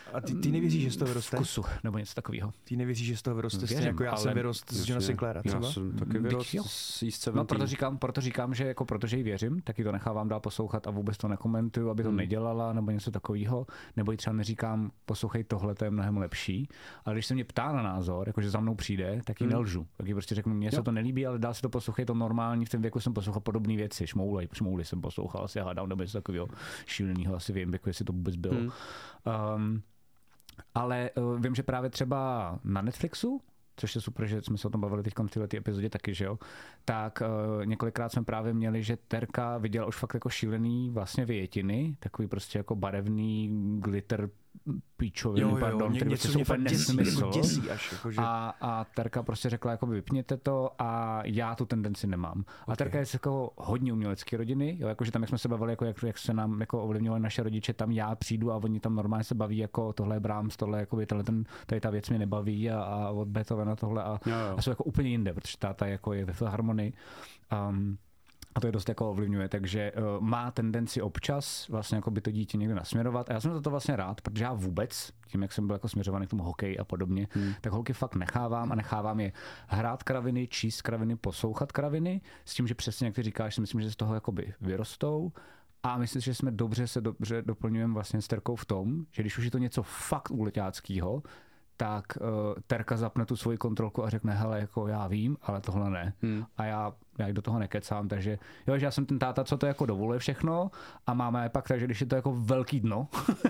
A ty, ty nevěříš, že z toho vyroste? Vkusu, nebo něco takového. Ty nevěříš, že z toho vyroste? Věřím, Stejně jako já ale- jsem vyrost z Johna Sinclaira třeba? Já jsem taky vyrost jo. z East Seventeen. No, proto říkám, proto říkám, že jako protože jí věřím, tak ji to nechávám dál poslouchat a vůbec to nekomentuju, aby to Hmm. nedělala nebo něco takového, nebo jí třeba neříkám, poslouchej, tohle to je mnohem lepší. Ale když se mě ptá na názor, jakože za mnou přijde, tak jí Hmm. nelžu. Tak jí prostě řeknu, mně se Jo. to nelíbí, ale dál si to poslouchej, to normální. V tom věku jsem poslouchal podobné věci, šmoulej, šmouly jsem poslouchal, asi hádám, nebo něco takového šíleného, asi vím, jako jestli to vůbec bylo. Hmm. Um, ale uh, vím, že právě třeba na Netflixu, což je super, že jsme se o tom bavili teď v této epizodě taky, že jo, tak uh, několikrát jsme právě měli, že Terka viděla už fakt jako šílený vlastně větiny, takový prostě jako barevný glitter píčoviny, pardon, ně- který něco prostě mě super fakt děsí, nesmysl. jako děsí až. Jako, že... A, a Terka prostě řekla, jako vypněte to a já tu tendenci nemám. Okay. A Terka je z jako hodně umělecké rodiny, jo, jakože tam, jak jsme se bavili, jako, jak, jak se nám jako ovlivňovali naše rodiče, tam já přijdu a oni tam normálně se baví, jako tohle je Brahms, tohle jako tenhle ten, tady ta věc mě nebaví a, a od Beethovena tohle a, Jo, jo. a jsou jako úplně jinde, protože táta jako je ve filharmonii. Um, a to je dost jako ovlivňuje, takže uh, má tendenci občas vlastně jako by to dítě někde nasměrovat. A já jsem za to vlastně rád, protože já vůbec, tím jak jsem byl jako směřovaný k tomu hokeji a podobně, hmm. tak holky fakt nechávám a nechávám je hrát kraviny, číst kraviny, poslouchat kraviny, s tím, že přesně jak ty říkáš, si myslím, že z toho jakoby vyrostou. A myslím, že jsme dobře se dobře doplňujeme vlastně s Terkou v tom, že když už je to něco fakt úleťáckýho, tak uh, Terka zapne tu svoji kontrolku a řekne, hele, jako já vím, ale tohle ne. Hmm. A já, já do toho nekecám, takže jo, že já jsem ten táta, co to jako dovoluje všechno a máme pak, takže když je to jako velký dno,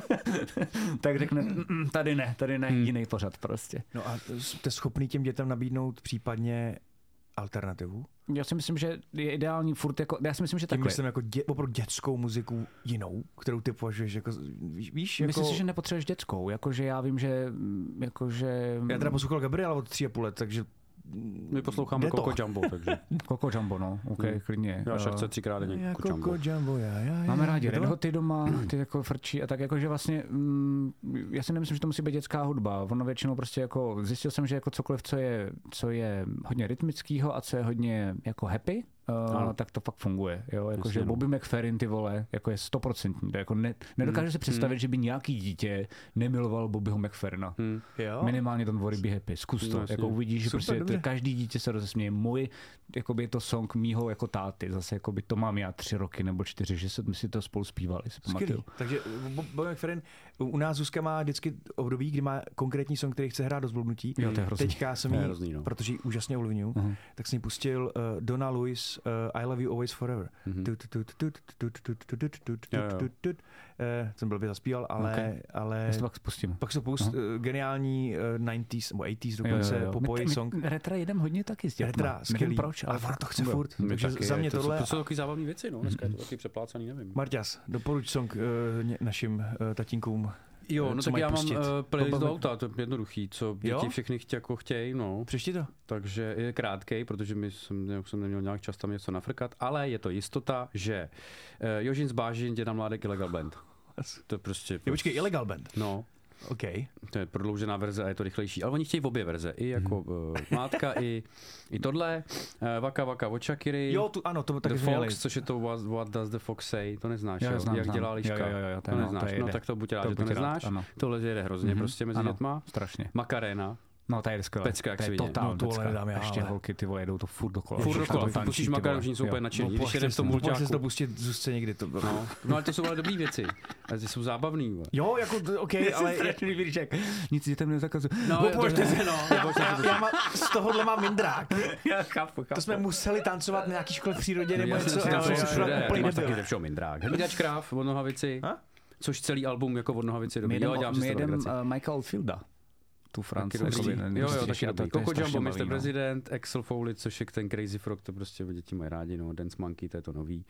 tak řekne, "Mm, tady ne, tady ne, hmm. jiný pořad prostě. No a jste schopný těm dětem nabídnout případně alternativu? Já si myslím, že je ideální furt jako, já si myslím, že Tím takhle. myslím jako dě, opravdu dětskou muziku jinou, kterou ty považuješ jako, víš, víš jako... Myslím si, že nepotřebuješ dětskou, jakože já vím, že jakože... Já teda poslouchal Gabriela od tří a půl let, takže... My posloucháme Jde to. Coco Jumbo, takže Coco Jumbo, no, ok, Hmm. klidně. já Uh, šachce třikrát denně Jako Coco Jumbo. Coco Jumbo, já, já, já. Máme rádi Je to? Red Hoty doma, ty jako frčí a tak jakože vlastně, mm, já si nemyslím, že to musí být dětská hudba. Ono většinou prostě jako, zjistil jsem, že jako cokoliv, co je, co je hodně rytmického a co je hodně jako happy, Uh, tak to fakt funguje, jo, jakože Jasně, no. Bobby McFerrin, ty vole, jako je stoprocentní, to jako ne, nedokážu Hmm. si představit, Hmm. že by nějaký dítě nemiloval Bobbyho McFerrina. Hmm. Jo? Minimálně Don't Worry Be Happy, zkus to, No, jasně. jako uvidíš, že Super, prostě dobře. to, každý dítě se rozesměje. Můj, jakoby je to song mýho jako táty, zase jakoby to mám já tři roky nebo čtyři, že jsme si to spolu zpívali, si pamatuju. Skvělý. Takže Bob Bob McFerrin, u nás Zuzka má vždycky období, kdy má konkrétní song, který chce hrát do zblbnutí. Jo, to je hrozný. Teďka jsem To je jí, hrozný, no. protože ji úžasně ovlivňuju, Aha. tak jsem jí pustil uh, Donna Lewis, uh, I Love You Always Forever. Mhm. Tut, tut, tut, tut, tut, tut, tut, tut, Jo, jo. tut, tut. Eh, Jsem blbě zaspíval, ale, Okay. ale Já si to pak spustím. pak se pust uh, geniální uh, devadesátých nebo osmdesátých dokonce popový song. My retra jedem hodně taky s dětma. Retra, Nevím skvělý, proč, ale ono to chce funguje. furt. My Takže taky, za mě to, tohle... To jsou takové zábavné věci, no. Dneska je to taky přeplácaný, nevím. Marťas, doporuč song uh, ně- našim uh, tatínkům. Jo, eh, no co tak mají já mám pustit. uh, playlist Bob do Mc- auta, to je jednoduchý, co děti Jo? všechny chtě, jako chtějí, no. Přečti to. Takže je krátkej, protože my jsem, já jsem neměl nějak čas tam něco nafrkat, ale je to jistota, že uh, Jožin Zbážin, Děda Mládek, Illegal Band. To je prostě... Jo, počkej, Illegal Band. No, OK. to je prodloužená verze a je to rychlejší. Ale oni chtějí v obě verze, i jako uh, Mládka, i, i tohle. Uh, Vaka Vaka od Shakiry. Jo, tu, ano, to The taky Fox, měli. což je to what, what Does the Fox Say, to neznáš, Jo, jo, znám, jak znám. dělá liška, Jo, jo, jo, to to je- no, neznáš, to no jde. tak to buď rád, To že to buď rád, neznáš, ano. tohle jede hrozně Mhm. prostě mezi Ano, dětma. strašně. Macarena, No, to je skvělé. Pecka, jak to je svině. totální No, tohle pecka. nedám já, Ještě ale- holky, ty vole, jedou to furt dokola. furt Všechno dokola, to tančí, pustíš ty Macarenu, vole. všichni jsou Jo. úplně nadšení, No, když jedem v tom Pojď si to mulťáku. pustit Zuzce někdy. To, No, no, ale to jsou ale dobrý věci, ale ty jsou zábavný. vole. Jo, jako, to- OK, ale... strašný výříček. Nic dětem nezakazuju. No, Pojďte se, no. já, já má, z tohohle mám mindrák. Já chápu, chápu. To jsme museli tancovat na nějaký škole v přírodě nebo Já něco. jsem si a já dal, jsem že šel ty úplně máš taky debil. ze všeho mindrák. Hlídač kráv od Nohavici, Ha? což celý album jako od Nohavici je My dobrý. Jo, jedem, dělám si my z toho jedem legraci. uh, Michael Fielda. Tu Franci. Taky dobrý. jakoby, Jo, jo, prostě taky a dobrý. to- to je Coco strašně Jumbo, baví, mister no. President, Axel Foley, což je ten Crazy Frog, to prostě děti mají rádi, no, Dance Monkey, to je to nový.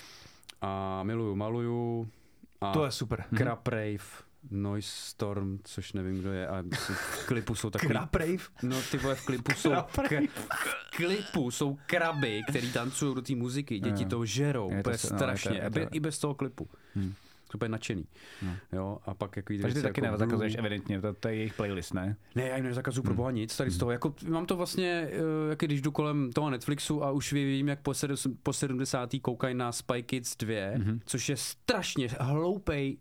A Miluju, maluju. A To je super. Crap Rave, Noise Storm, což nevím, kdo je, a v klipu jsou takový... Crap Rave. No ty vole, v klipu jsou, k, v klipu jsou kraby, který tancují do té muziky, děti Jo. to žerou, Je to to je se- no, strašně, je to- je to- i bez toho klipu. Hmm. Jsou úplně nadšený. No. Jo, a pak jako Takže ty taky jako nezakazuješ Blue. evidentně, to, to je jejich playlist, ne? Ne, já jim nezakazuju pro boha nic, tady z toho, jako mám to vlastně, eh, jak když jdu kolem toho Netflixu a už vím, jak po, sedm, po sedmdesátý koukají na Spy Kids dva, Mhm. což je strašně hloupej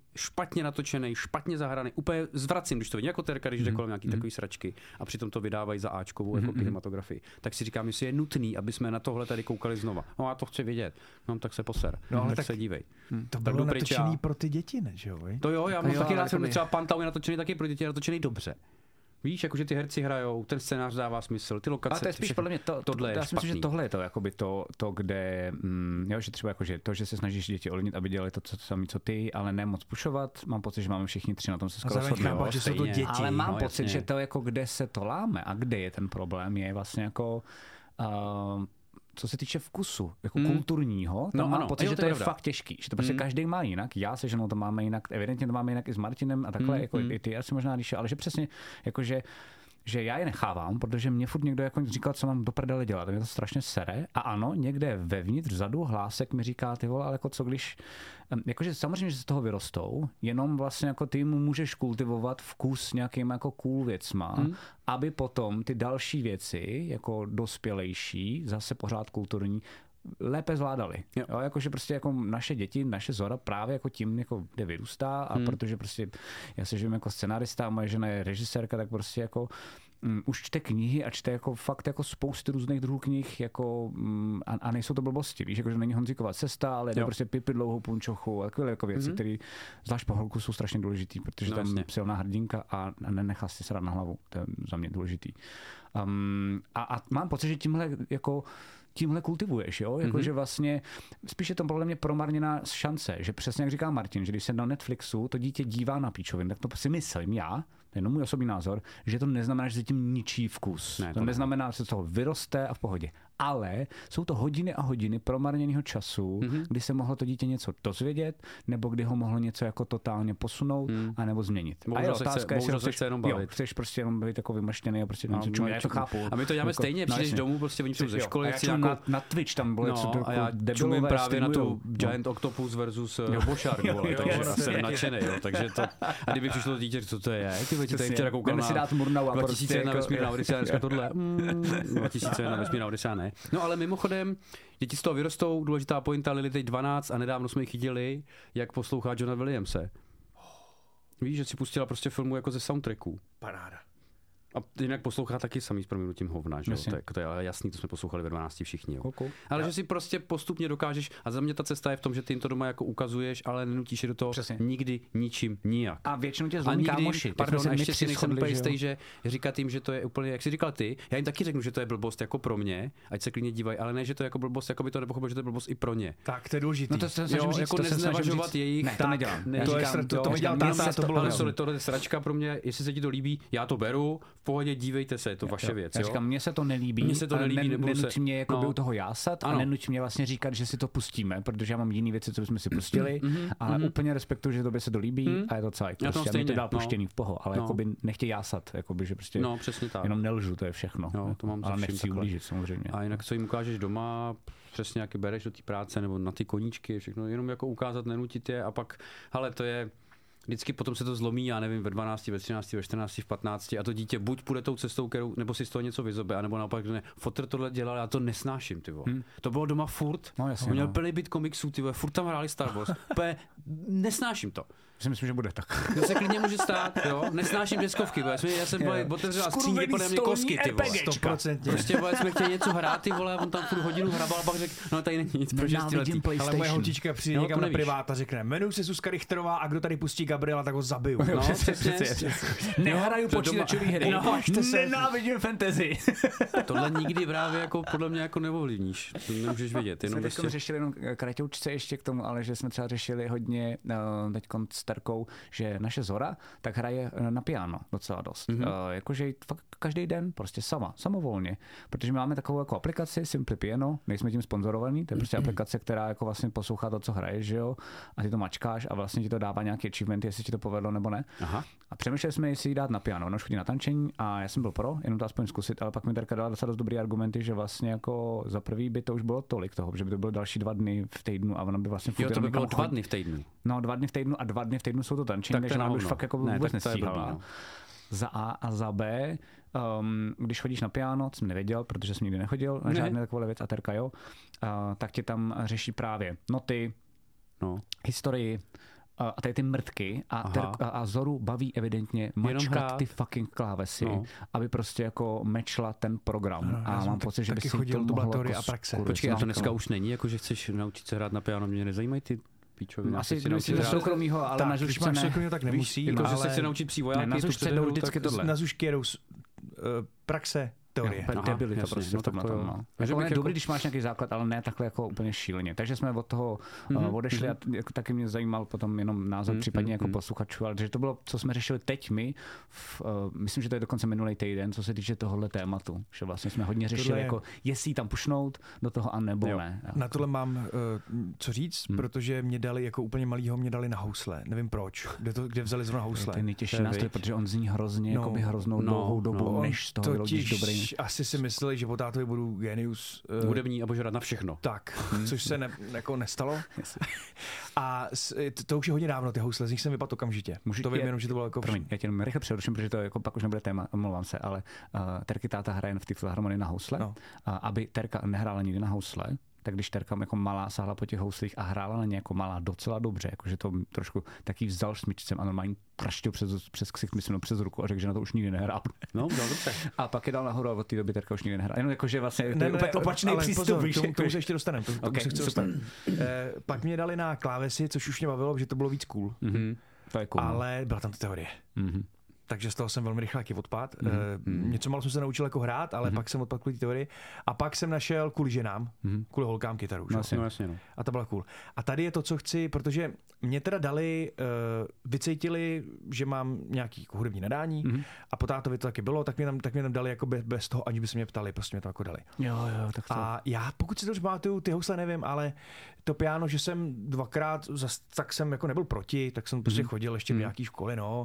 špatně natočený, špatně zahraný, úplně zvracím, když to vidím jako Terka, když jde Mhm. kolem nějaký Mhm. takový sračky a přitom to vydávají za Ačkovou Mhm, jako mhm. kinematografii. Tak si říkám, jestli je nutný, aby jsme na tohle tady koukali znova. No já to chci vidět. No tak se poser. No, ale tak, tak se dívej. To Tak bylo jdu pryč natočený já. pro ty děti, ne, že jo? vej? To jo, já mám Jo, taky ale rád, jakoby- třeba Pantau je natočený taky pro děti, je natočený dobře. Víš, jakože ty herci hrajou, ten scénář dává smysl, ty lokace. Ale to je spíš všechno. podle mě to, to tohle je já si myslím, že špatný. tohle je to, jakoby to, to kde, mm, jo, že třeba jakože to, že se snažíš děti ovlivnit, aby dělali to, co samé, co ty, ale ne moc pušovat, mám pocit, že máme všichni tři na tom se A skoro zároveň shodneme. chápat, že jsou to stejně. děti. Ale mám no, pocit, jasně. že to jako kde se to láme a kde je ten problém, je vlastně jako uh, co se týče vkusu, jako Hmm. kulturního, tam No mám ano, pocit, jo, že to to je je pravda. fakt těžký, že to prostě Hmm. každý má jinak, já se ženou to máme jinak, evidentně to máme jinak i s Martinem a takhle, Hmm, jako hmm. i ty asi možná Ríša, ale že přesně, jakože že já je nechávám, protože mě furt někdo jako říkal, co mám do prdele dělat. Mě to strašně sere. A ano, někde vevnitř, vzadu hlásek mi říká, ty vole, ale jako co když, em, jakože samozřejmě, že z toho vyrostou, jenom vlastně jako ty mu můžeš kultivovat vkus nějakým jako cool věcma, hmm. aby potom ty další věci, jako dospělejší, zase pořád kulturní, lépe zvládali. Jo. Jo, jakože prostě jako naše děti, naše Zora právě jako tím, jako kde vyrůstá a Hmm. protože prostě já se živím jako scenárista a moje žena je režisérka, tak prostě jako um, už čte knihy a čte jako fakt jako spousty různých druhů knih jako, um, a, a, nejsou to blbosti, víš, jakože není Honzíková cesta, ale jde Jo. prostě Pipi dlouhou punčochu a takové jako věci, Mhm. které zvlášť po holku jsou strašně důležitý, protože No, tam jasně. silná hrdinka a, a nenechá si srát na hlavu, to je za mě důležitý. Um, a, a mám pocit, že tímhle jako tímhle kultivuješ, jo? Jako, Mhm. že vlastně spíš je to podle mě promarněná šance, že přesně jak říká Martin, že když se na Netflixu to dítě dívá na píčovin, tak to si myslím já, to je jenom můj osobní názor, že to neznamená, že se tím ničí vkus. Ne, Ne, to to ne. neznamená, že se z toho vyroste a v pohodě. Ale jsou to hodiny a hodiny promarněného času, Mhm. kdy se mohlo to dítě něco dozvědět, nebo kdy ho mohlo něco jako totálně posunout, Hmm. a nebo změnit. Bohužel a je se chce- otázka, jestli bohužel ho se chceš, chce jenom jo, bavit. chceš prostě jenom být jako vymaštěný a prostě No, no, já to chápu. A my to děláme Jako- stejně, no, přijdeš jasně. domů, prostě oni jsou ze Jo, školy, a já chci čumím nějakou... na, na Twitch, tam bylo něco No, a já čumím právě na tu Giant Octopus versus uh, Bošark, vole, jo, takže jo, já jo, jsem jo. nadšený, jo, takže to, a kdyby přišlo to dítě, co to je, ty vole, ti tady včera koukal Jdeme si na dát Murnau a dva prostě tisíce jedna jako- vesmírná Odyssea, dneska tohle, mm, dva tisíce jedna vesmírná Odyssea, ne. No ale mimochodem, děti z toho vyrostou, důležitá pointa, Lily teď dvanáct a nedávno jsme ji chytili, jak poslouchá Johna Williamse. Víš, že si pustila prostě filmu jako ze soundtracku. Paráda. A jinak poslouchá taky samý s prominutím hovna, že jo? Jasně. To je, to je ale jasný, to jsme poslouchali ve dvanácti všichni, jo. Cool. Ale že si prostě postupně dokážeš, a za mě ta cesta je v tom, že ty jim to doma jako ukazuješ, ale nenutíš je do toho Přesně. nikdy ničím nijak. A většinou tě A zlomí nikdy, kámoši. Teď pardon, jsme a se my ještě tři si nejsem shodli, že úplně jo. jistý, že říkat jim, že to je úplně, jak jsi říkal ty, já jim taky řeknu, že to je blbost jako pro mě, ať se klidně dívají, ale ne, že to je jako blbost, jako by to nepochopil, že to je blbost i pro ně. Tak, to je důležitý. No to se snažím Jo, říct, jako to se snažím neznevažovat říct. jejich- Ne, to Tak, nedělám. ne, Já to je říkám, sra- to- jo, to mi dělal říkám, táta, mě se to bylo ale jo. sorry, tohle je sračka pro mě, jestli se ti to líbí, já to beru, v pohodě dívejte se, je to vaše Jo. věc, Já jo. říkám, mně se to nelíbí, Mně se to ale nelíbí, ne, nebudu nenutí se- mě jako no. by u toho jásat a Ano. nenutí mě vlastně říkat, že si to pustíme, protože já mám jiné věci, co bychom si pustili, ale úplně respektuju, že tobě se to líbí a je to celé. Já to mám Prostě, a mě to stejně, dá no. puštěný v poho, ale No. jakoby nechtěj jásat, jakoby, že prostě No, přesně tak. jenom nelžu, to je všechno. Jo, to mám se ale vším nechci takhle. ublížit samozřejmě. A jinak, co jim ukážeš doma, přesně jak je bereš do té práce nebo na ty koníčky, všechno, jenom jako ukázat, nenutit je a pak, hele, to je, vždycky potom se to zlomí, já nevím, ve dvanácti, ve třinácti, ve čtrnácti, v patnácti a to dítě buď půjde tou cestou, kterou, nebo si z toho něco vyzobe, anebo naopak, ne, fotr tohle dělal, já to nesnáším, ty vole. Hmm. To bylo doma furt, No, jasně, on měl no. plný byt komiksů, ty vole, furt tam hráli Star Wars, úplně nesnáším to. Já si myslím, že bude tak. To se klidně může stát, jo, nesnáším deskovky, vole. Já jsem Jo. vole, otevřela skříň, Skurvený kde podle mě stolní kosky, ty vole. RPGčka. Stoprocentně. Prostě vole, jsme chtěli něco hrát, ty vole, a on tam furt hodinu hrabal a pak řekl, no tady není nic pro šestiletý. Nenávidím Ale moje PlayStation. holčička přijde Jo, někam to na nevíš. privát a řekne, jmenuji se Zuzka Richterová a kdo tady pustí Gabriela, tak ho zabiju. No, Přesně, přesně. přesně. Nehraju to doma- počítačové hry. No, važte se. Nenávidím fantasy. Tohle nikdy právě jako podle mě jako neovlivníš. To nemůžeš vědět. Jenom Jsme teď prostě... řešili jenom kratoučce ještě k tomu, ale že jsme třeba řešili hodně uh, teď s Terkou, že naše Zora tak hraje na piano docela dost. Mm-hmm. Uh, jakože fakt každý den prostě sama, samovolně. Protože my máme takovou jako aplikaci Simply Piano, nejsme tím sponzorovaní, to je prostě mm-hmm. aplikace, která jako vlastně poslouchá to, co hraješ, že jo, a ty to mačkáš a vlastně ti to dává nějaký achievement, jestli ti to povedlo nebo ne. Aha. A přemýšleli jsme, jestli jí dát na piano. Ono už chodí na tančení a já jsem byl pro, jenom to aspoň zkusit, ale pak mi Terka dala docela dost dobrý argumenty, že vlastně jako za prvý by to už bylo tolik toho, že by to bylo další dva dny v týdnu a ono by vlastně furt Jo, to jenom by bylo někam dva chodit. dny v týdnu. No, dva dny v týdnu a dva dny v týdnu jsou to tančení, Tak to je takže na nám už hovno. fakt jako Ne, vůbec tak to je blbý, nestíhala. no. Za A a za B, um, když chodíš na piano, co jsem nevěděl, protože jsem nikdy nechodil na Ne. žádné takové věc a Terka jo, uh, tak ti tam řeší právě noty, No. historii, a tady ty mrtky a, ter, a, a Zoru baví evidentně mačkat ty fucking klávesy, no. aby prostě jako mečla ten program. No, a mám pocit, že by si to mohlo jako a praxe. Počkej, a to dneska už není, jako že chceš naučit se hrát na piano, mě nezajímají ty píčoviny. Asi kdyby si ze soukromýho, ale tak, na žučce ne. Soukromýho, tak nemusí. Jako, ale... že se chce naučit přívojáky. Ne, na žučce jdou vždycky tohle. Na žučky jedou uh, praxe. Teorie. Jo, debilita prostě v tomhle tom, no. Jako ne, jako... dobrý, když máš nějaký základ, ale ne takhle jako úplně šíleně. Takže jsme od toho mm-hmm. uh, odešli mm-hmm. a t- jako taky mě zajímal potom jenom názor mm-hmm. případně jako posluchačů, ale že to bylo, co jsme řešili teď my, v, uh, myslím, že to je dokonce minulý týden, co se týče tohohle tématu, že vlastně jsme hodně řešili, tohle... jako jestli tam pušnout do toho a nebo jo. ne. Na tohle mám uh, co říct, hmm. protože mě dali jako úplně malýho, mě dali na housle, nevím proč, kde, to, kde vzali zrovna housle. To je nejtěžší nástroj, protože on zní hrozně no, jakoby hroznou no, dlouhou dobu, no, než z toho vylodíš dobrý. Asi si mysleli, že po tátovi budu genius. Uh, Hudební a božrat na všechno. Tak, což se ne, jako nestalo. A to, to už je hodně dávno, ty housle, z nich jsem vypadl okamžitě. Můžu to vím jenom, že to bylo jako... Promiň, já tě jenom rychle přeruším, protože to jako pak už nebude téma, omlouvám se, ale uh, Terky táta hraje v té filharmonii na housle. No. Uh, aby Terka nehrála nikdy na housle, tak když Terka jako malá sáhla po těch houslích a hrála na ně jako malá docela dobře, jakože to trošku taky vzal smyčcem a normálně praštil přes, přes ksicht, myslím, přes ruku a řekl, že na to už nikdy nehrál. No, dobře. A pak je dal nahoru a od té doby Terka už nikdy nehrál. Jenom jakože vlastně ne, to je úplně opačný přístup. Pozor, víš, tomu, tomu se ještě dostaneme. To, okay, se chci dostat. eh, pak mě dali na klávesy, což už mě bavilo, že to bylo víc cool. Mm-hmm. To je cool. Ale byla tam ta teorie. Mm-hmm. Takže z toho jsem velmi rychle odpad. Mm-hmm. E, něco málo jsem se naučil jako hrát, ale mm-hmm. pak jsem odpadl kvůli teorii. A pak jsem našel kvůli ženám, mm-hmm. kvůli holkám kytaru. No, jasně, no, jasně, no. A to byla cool. A tady je to, co chci, protože mě teda dali, uh, vycítili, že mám nějaký jako hudební nadání mm-hmm. a po tátovi to taky bylo, tak mě tam, tak mě tam dali jako bez, bez toho, aniž by se mě ptali, prostě mě to jako dali. Jo, jo, tak to. A já, pokud si to pamatuju, ty housle nevím, ale to piano, že jsem dvakrát, zas, tak jsem jako nebyl proti, tak jsem prostě mm-hmm. chodil ještě mm-hmm. do nějaký školy, no.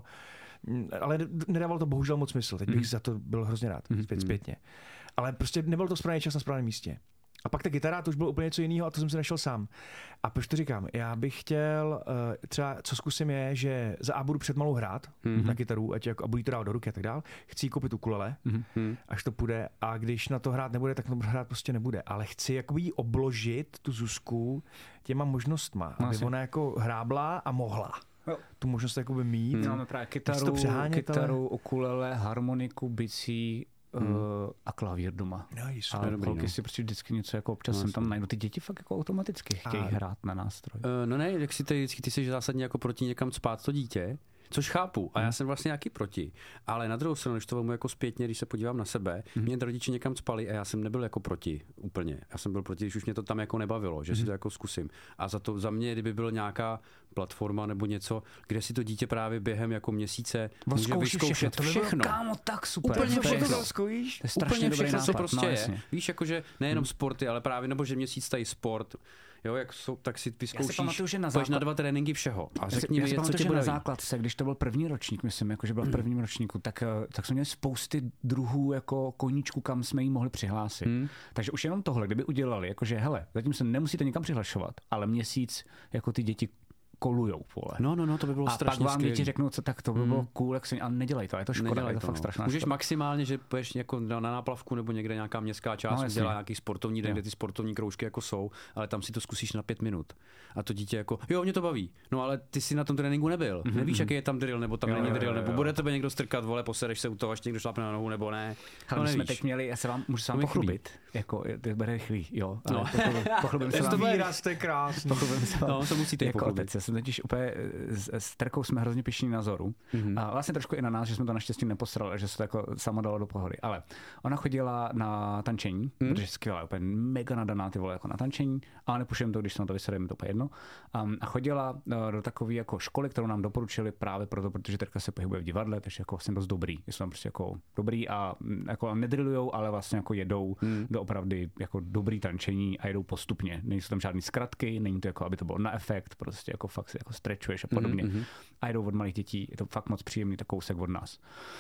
Ale nedával to bohužel moc smysl. Teď bych mm. za to byl hrozně rád, zpět, zpětně. Ale prostě nebyl to správný čas na správném místě. A pak ta kytara, to už bylo úplně něco jiného a to jsem si našel sám. A proč to říkám? Já bych chtěl, uh, třeba co zkusím je, že za A budu před malou hrát mm-hmm. na kytaru, ať jako, a budu to dávat do ruky a tak dál. Chci jí koupit ukulele, mm-hmm. až to půjde. A když na to hrát nebude, tak to hrát prostě nebude. Ale chci jakoby jí obložit, tu Zuzku, těma možnostma, no, aby asi. Ona jako hrábla a mohla. Jo. Tu možnost jakoby mít. Hmm. Máme právě kytaru, kytaru ale... ukulele, harmoniku, bicí hmm. uh, a klavír doma. No, a holky no. si prostě vždycky něco jako občas no, jsem tam najdu. Ty děti fakt jako automaticky chtějí a... hrát na nástroj. Uh, no ne, jak si ty, ty jsi zásadně jako proti někam spát to dítě, což chápu a já jsem vlastně nějaký proti. Ale na druhou stranu, když to vemu jako zpětně, když se podívám na sebe, mm. mě rodiče někam spali a já jsem nebyl jako proti úplně. Já jsem byl proti, když už mě to tam jako nebavilo, že mm. si to jako zkusím. A za to za mě, kdyby byla nějaká platforma nebo něco, kde si to dítě právě během jako měsíce může vyzkoušet všechno. všechno. To by bylo, kámo, tak super. Úplně všechno to zkoušíš. Úplně všechno, co prostě no, je. Víš, jakože nejenom mm. sporty, ale právě nebo že měsíc tady sport. Jo, jak jsou, tak si vyzkoušíš, pamatuju, že na, základ... na dva tréninky všeho. A řekni mi, co tě bude. Na základce, když to byl první ročník, myslím, jako, že byl v prvním ročníku, tak, tak jsme měli spousty druhů jako koníčků, kam jsme jí mohli přihlásit. Hmm. Takže už jenom tohle, kdyby udělali, jakože hele, zatím se nemusíte nikam přihlašovat, ale měsíc jako ty děti kolujou, vole. No, no, no, to by bylo a strašně skvělé. A pak vám děti řeknou, co tak to by bylo mm. cool, jak se, ale nedělej to, je to škoda, nedělej je to, to fakt no. strašná Můžeš škoda. maximálně, že půjdeš jako na náplavku nebo někde nějaká městská část, no, udělá nějaký sportovní den, kde ty sportovní kroužky jako jsou, ale tam si to zkusíš na pět minut. A to dítě jako, jo, mě to baví. No, ale ty si na tom tréninku nebyl. Mm-hmm. Nevíš, jaký je tam drill, nebo tam jo, není jo, drill, jo, jo. nebo bude tebe někdo strkat, vole, posereš se u toho, až někdo šlápne na nohu, nebo ne. Ale no, my jsme teď měli, já se vám můžu se vám pochlubit. Jako, to bude rychlý, jo. No. Pochlubím se vám. Výraz, to je krásný. No, to musíte pochlubit. Já jsem totiž úplně s, s Terkou jsme hrozně pyšní na Zoru. Mm-hmm. A vlastně trošku i na nás, že jsme to naštěstí neposrali, že se to jako sama dalo do pohody. Ale ona chodila na tančení, mm. protože je skvělá, úplně mega nadaná ty vole jako na tančení, ale nepušujeme to, když se na to vysedeme, to úplně jedno. Um, a chodila do takové jako školy, kterou nám doporučili právě proto, protože Terka se pohybuje v divadle, takže jako jsem dost dobrý. Jsou tam prostě jako dobrý a jako nedrillujou, ale vlastně jako jedou mm. do opravdu jako dobrý tančení a jedou postupně. Nejsou tam žádný zkratky, není to jako, aby to bylo na efekt, prostě jako fakt si jako stretchuješ a podobně. Mm-hmm. A jedou od malých dětí, je to fakt moc příjemný tak kousek od nás.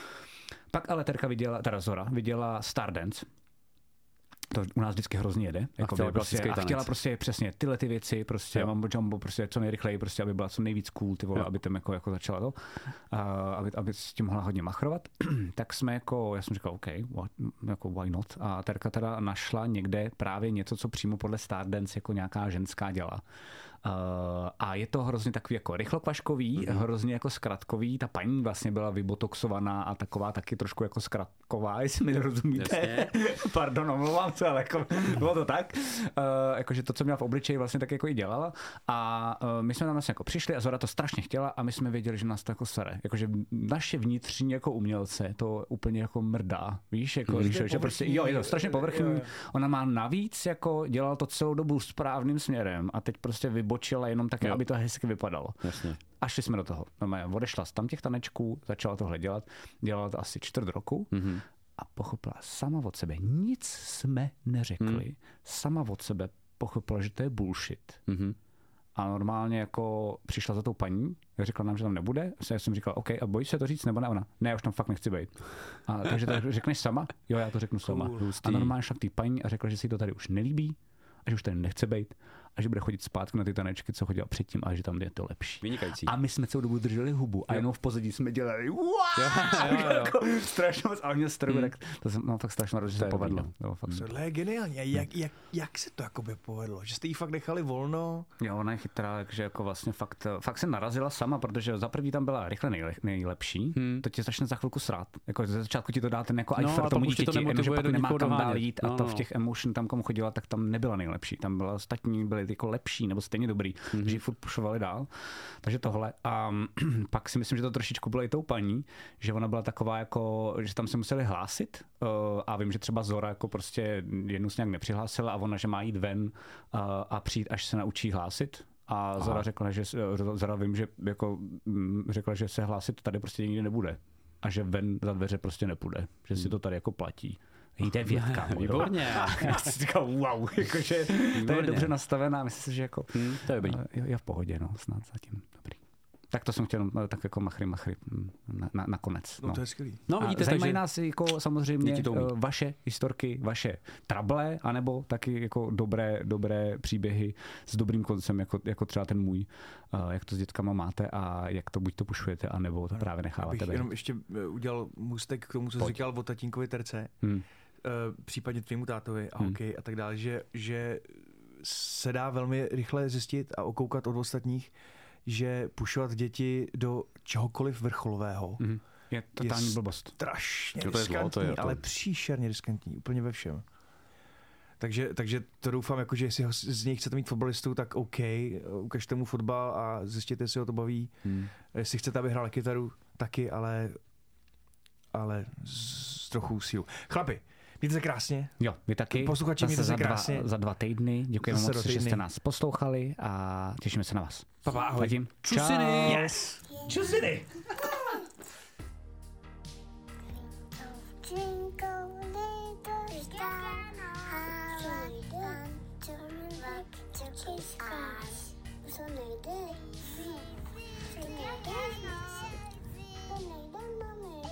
Pak ale Terka viděla, teda Zora, viděla Stardance. To u nás vždycky hrozně jede. Jako a, chtěla prostě, a chtěla prostě přesně tyhle ty věci, prostě Mambo Jumbo, prostě co nejrychleji, prostě, aby byla co nejvíc cool, ty vole, jo. aby tam jako, jako začala to, a, aby, aby s tím mohla hodně machrovat. Tak jsme jako, já jsem říkal, OK, what, jako why not? A Terka teda našla někde právě něco, co přímo podle Stardance jako nějaká ženská dělá. a je to hrozně takový jako rychlokvaškový, mm-hmm. hrozně jako zkratkový. Ta paní vlastně byla vybotoxovaná a taková taky trošku jako zkratková, jestli mi rozumíte. Pardon, omlouvám se, ale jako, bylo to tak. Uh, jakože to, co měla v obličeji, vlastně tak jako i dělala. A uh, my jsme tam vlastně jako přišli a Zora to strašně chtěla a my jsme věděli, že nás to jako sere. Jakože naše vnitřní jako umělce to úplně jako mrdá. Víš, jako, mm-hmm. že, že prostě, jo, je to strašně povrchní. Ona má navíc jako dělala to celou dobu správným směrem a teď prostě vybočila jenom tak, aby to hezky vypadalo. Jasně. A šli jsme do toho. No, odešla z tam těch tanečků, začala tohle dělat. Dělala to asi čtvrt roku mm-hmm. a pochopila sama od sebe. Nic jsme neřekli. Mm. Sama od sebe pochopila, že to je bullshit. Mm-hmm. A normálně jako přišla za tou paní, řekla nám, že tam nebude. Já jsem říkal, OK, a bojíš se to říct, nebo ne ona? Ne, já už tam fakt nechci být. A, takže to řekneš sama? Jo, já to řeknu sama. Cool. A normálně šla k té paní a řekla, že si to tady už nelíbí, a že už tady nechce být a že bude chodit zpátky na ty tanečky, co chodila předtím, a že tam je to lepší. Vynikající. A my jsme celou dobu drželi hubu a jenom v pozadí jsme dělali wow! Jo, jo, jo. Jako strašně moc, ale mě strhu, tak to jsem no, fakt strašně rád, že se povedlo. Jo, fakt. Tohle je geniální. Jak, jak, jak se to jakoby povedlo? Že jste jí fakt nechali volno? Jo, ona je chytrá, takže jako vlastně fakt, fakt se narazila sama, protože za první tam byla rychle nejle, nejlepší, hmm. to tě začne za chvilku srát. Jako ze začátku ti to dá ten jako no, ajfer tomu dítěti, jenomže pak nemá kam dohánět. dál jít a no, to no. v těch emotion tam komu chodila, tak tam nebyla nejlepší. Tam byla ostatní, byly jako lepší nebo stejně dobrý, mm-hmm. takže ji furt pušovali dál. Takže tohle. A pak si myslím, že to trošičku bylo i tou paní, že ona byla taková jako, že tam se museli hlásit uh, a vím, že třeba Zora jako prostě jednou se nějak nepřihlásila a ona, že má jít ven uh, a přijít, až se naučí hlásit. A Zora řekla, že Zora vím, že jako řekla, že se hlásit tady prostě nikdy nebude. A že ven za dveře prostě nepůjde. Že si to tady jako platí. Jde větka. Výborně. Já si říkal, wow, jakože to je dobře nastavená, myslím si, že jako, hmm, to je dobrý. Je, je v pohodě, no, snad zatím, dobrý. Tak to jsem chtěl tak jako machry, machry na, na, nakonec. No. no to je skvělý. No, vidíte, zajímají takže nás jako samozřejmě vaše historky, vaše trable, anebo taky jako dobré, dobré příběhy s dobrým koncem, jako, jako třeba ten můj, jak to s dětkama máte a jak to buď to pušujete, anebo to právě necháváte. Abych jenom ještě udělal můstek k tomu, co jsi říkal o tatínkovi terce. Hmm. Uh, případně tvýmu tátovi a hokej hmm. a tak dále, že, že se dá velmi rychle zjistit a okoukat od ostatních, že pušovat děti do čehokoliv vrcholového hmm. je totální je blbost. Strašně to riskantní, zlo, to je ale příšerně riskantní, úplně ve všem. Takže, takže to doufám, jako, že jestli z něj chcete mít fotbalistu, tak OK, ukažte mu fotbal a zjistěte, jestli ho to baví. Hmm. Jestli chcete, aby hrál kytaru, taky, ale ale s trochu sílu. Chlapi, mějte se krásně. Jo, vy taky. Posluchači, mějte se krásně. Za dva týdny. Děkujeme moc, že jste nás poslouchali a těšíme se na vás. Papa, ahoj. Zatím. Čusiny. Yes. Čusiny. Mommy.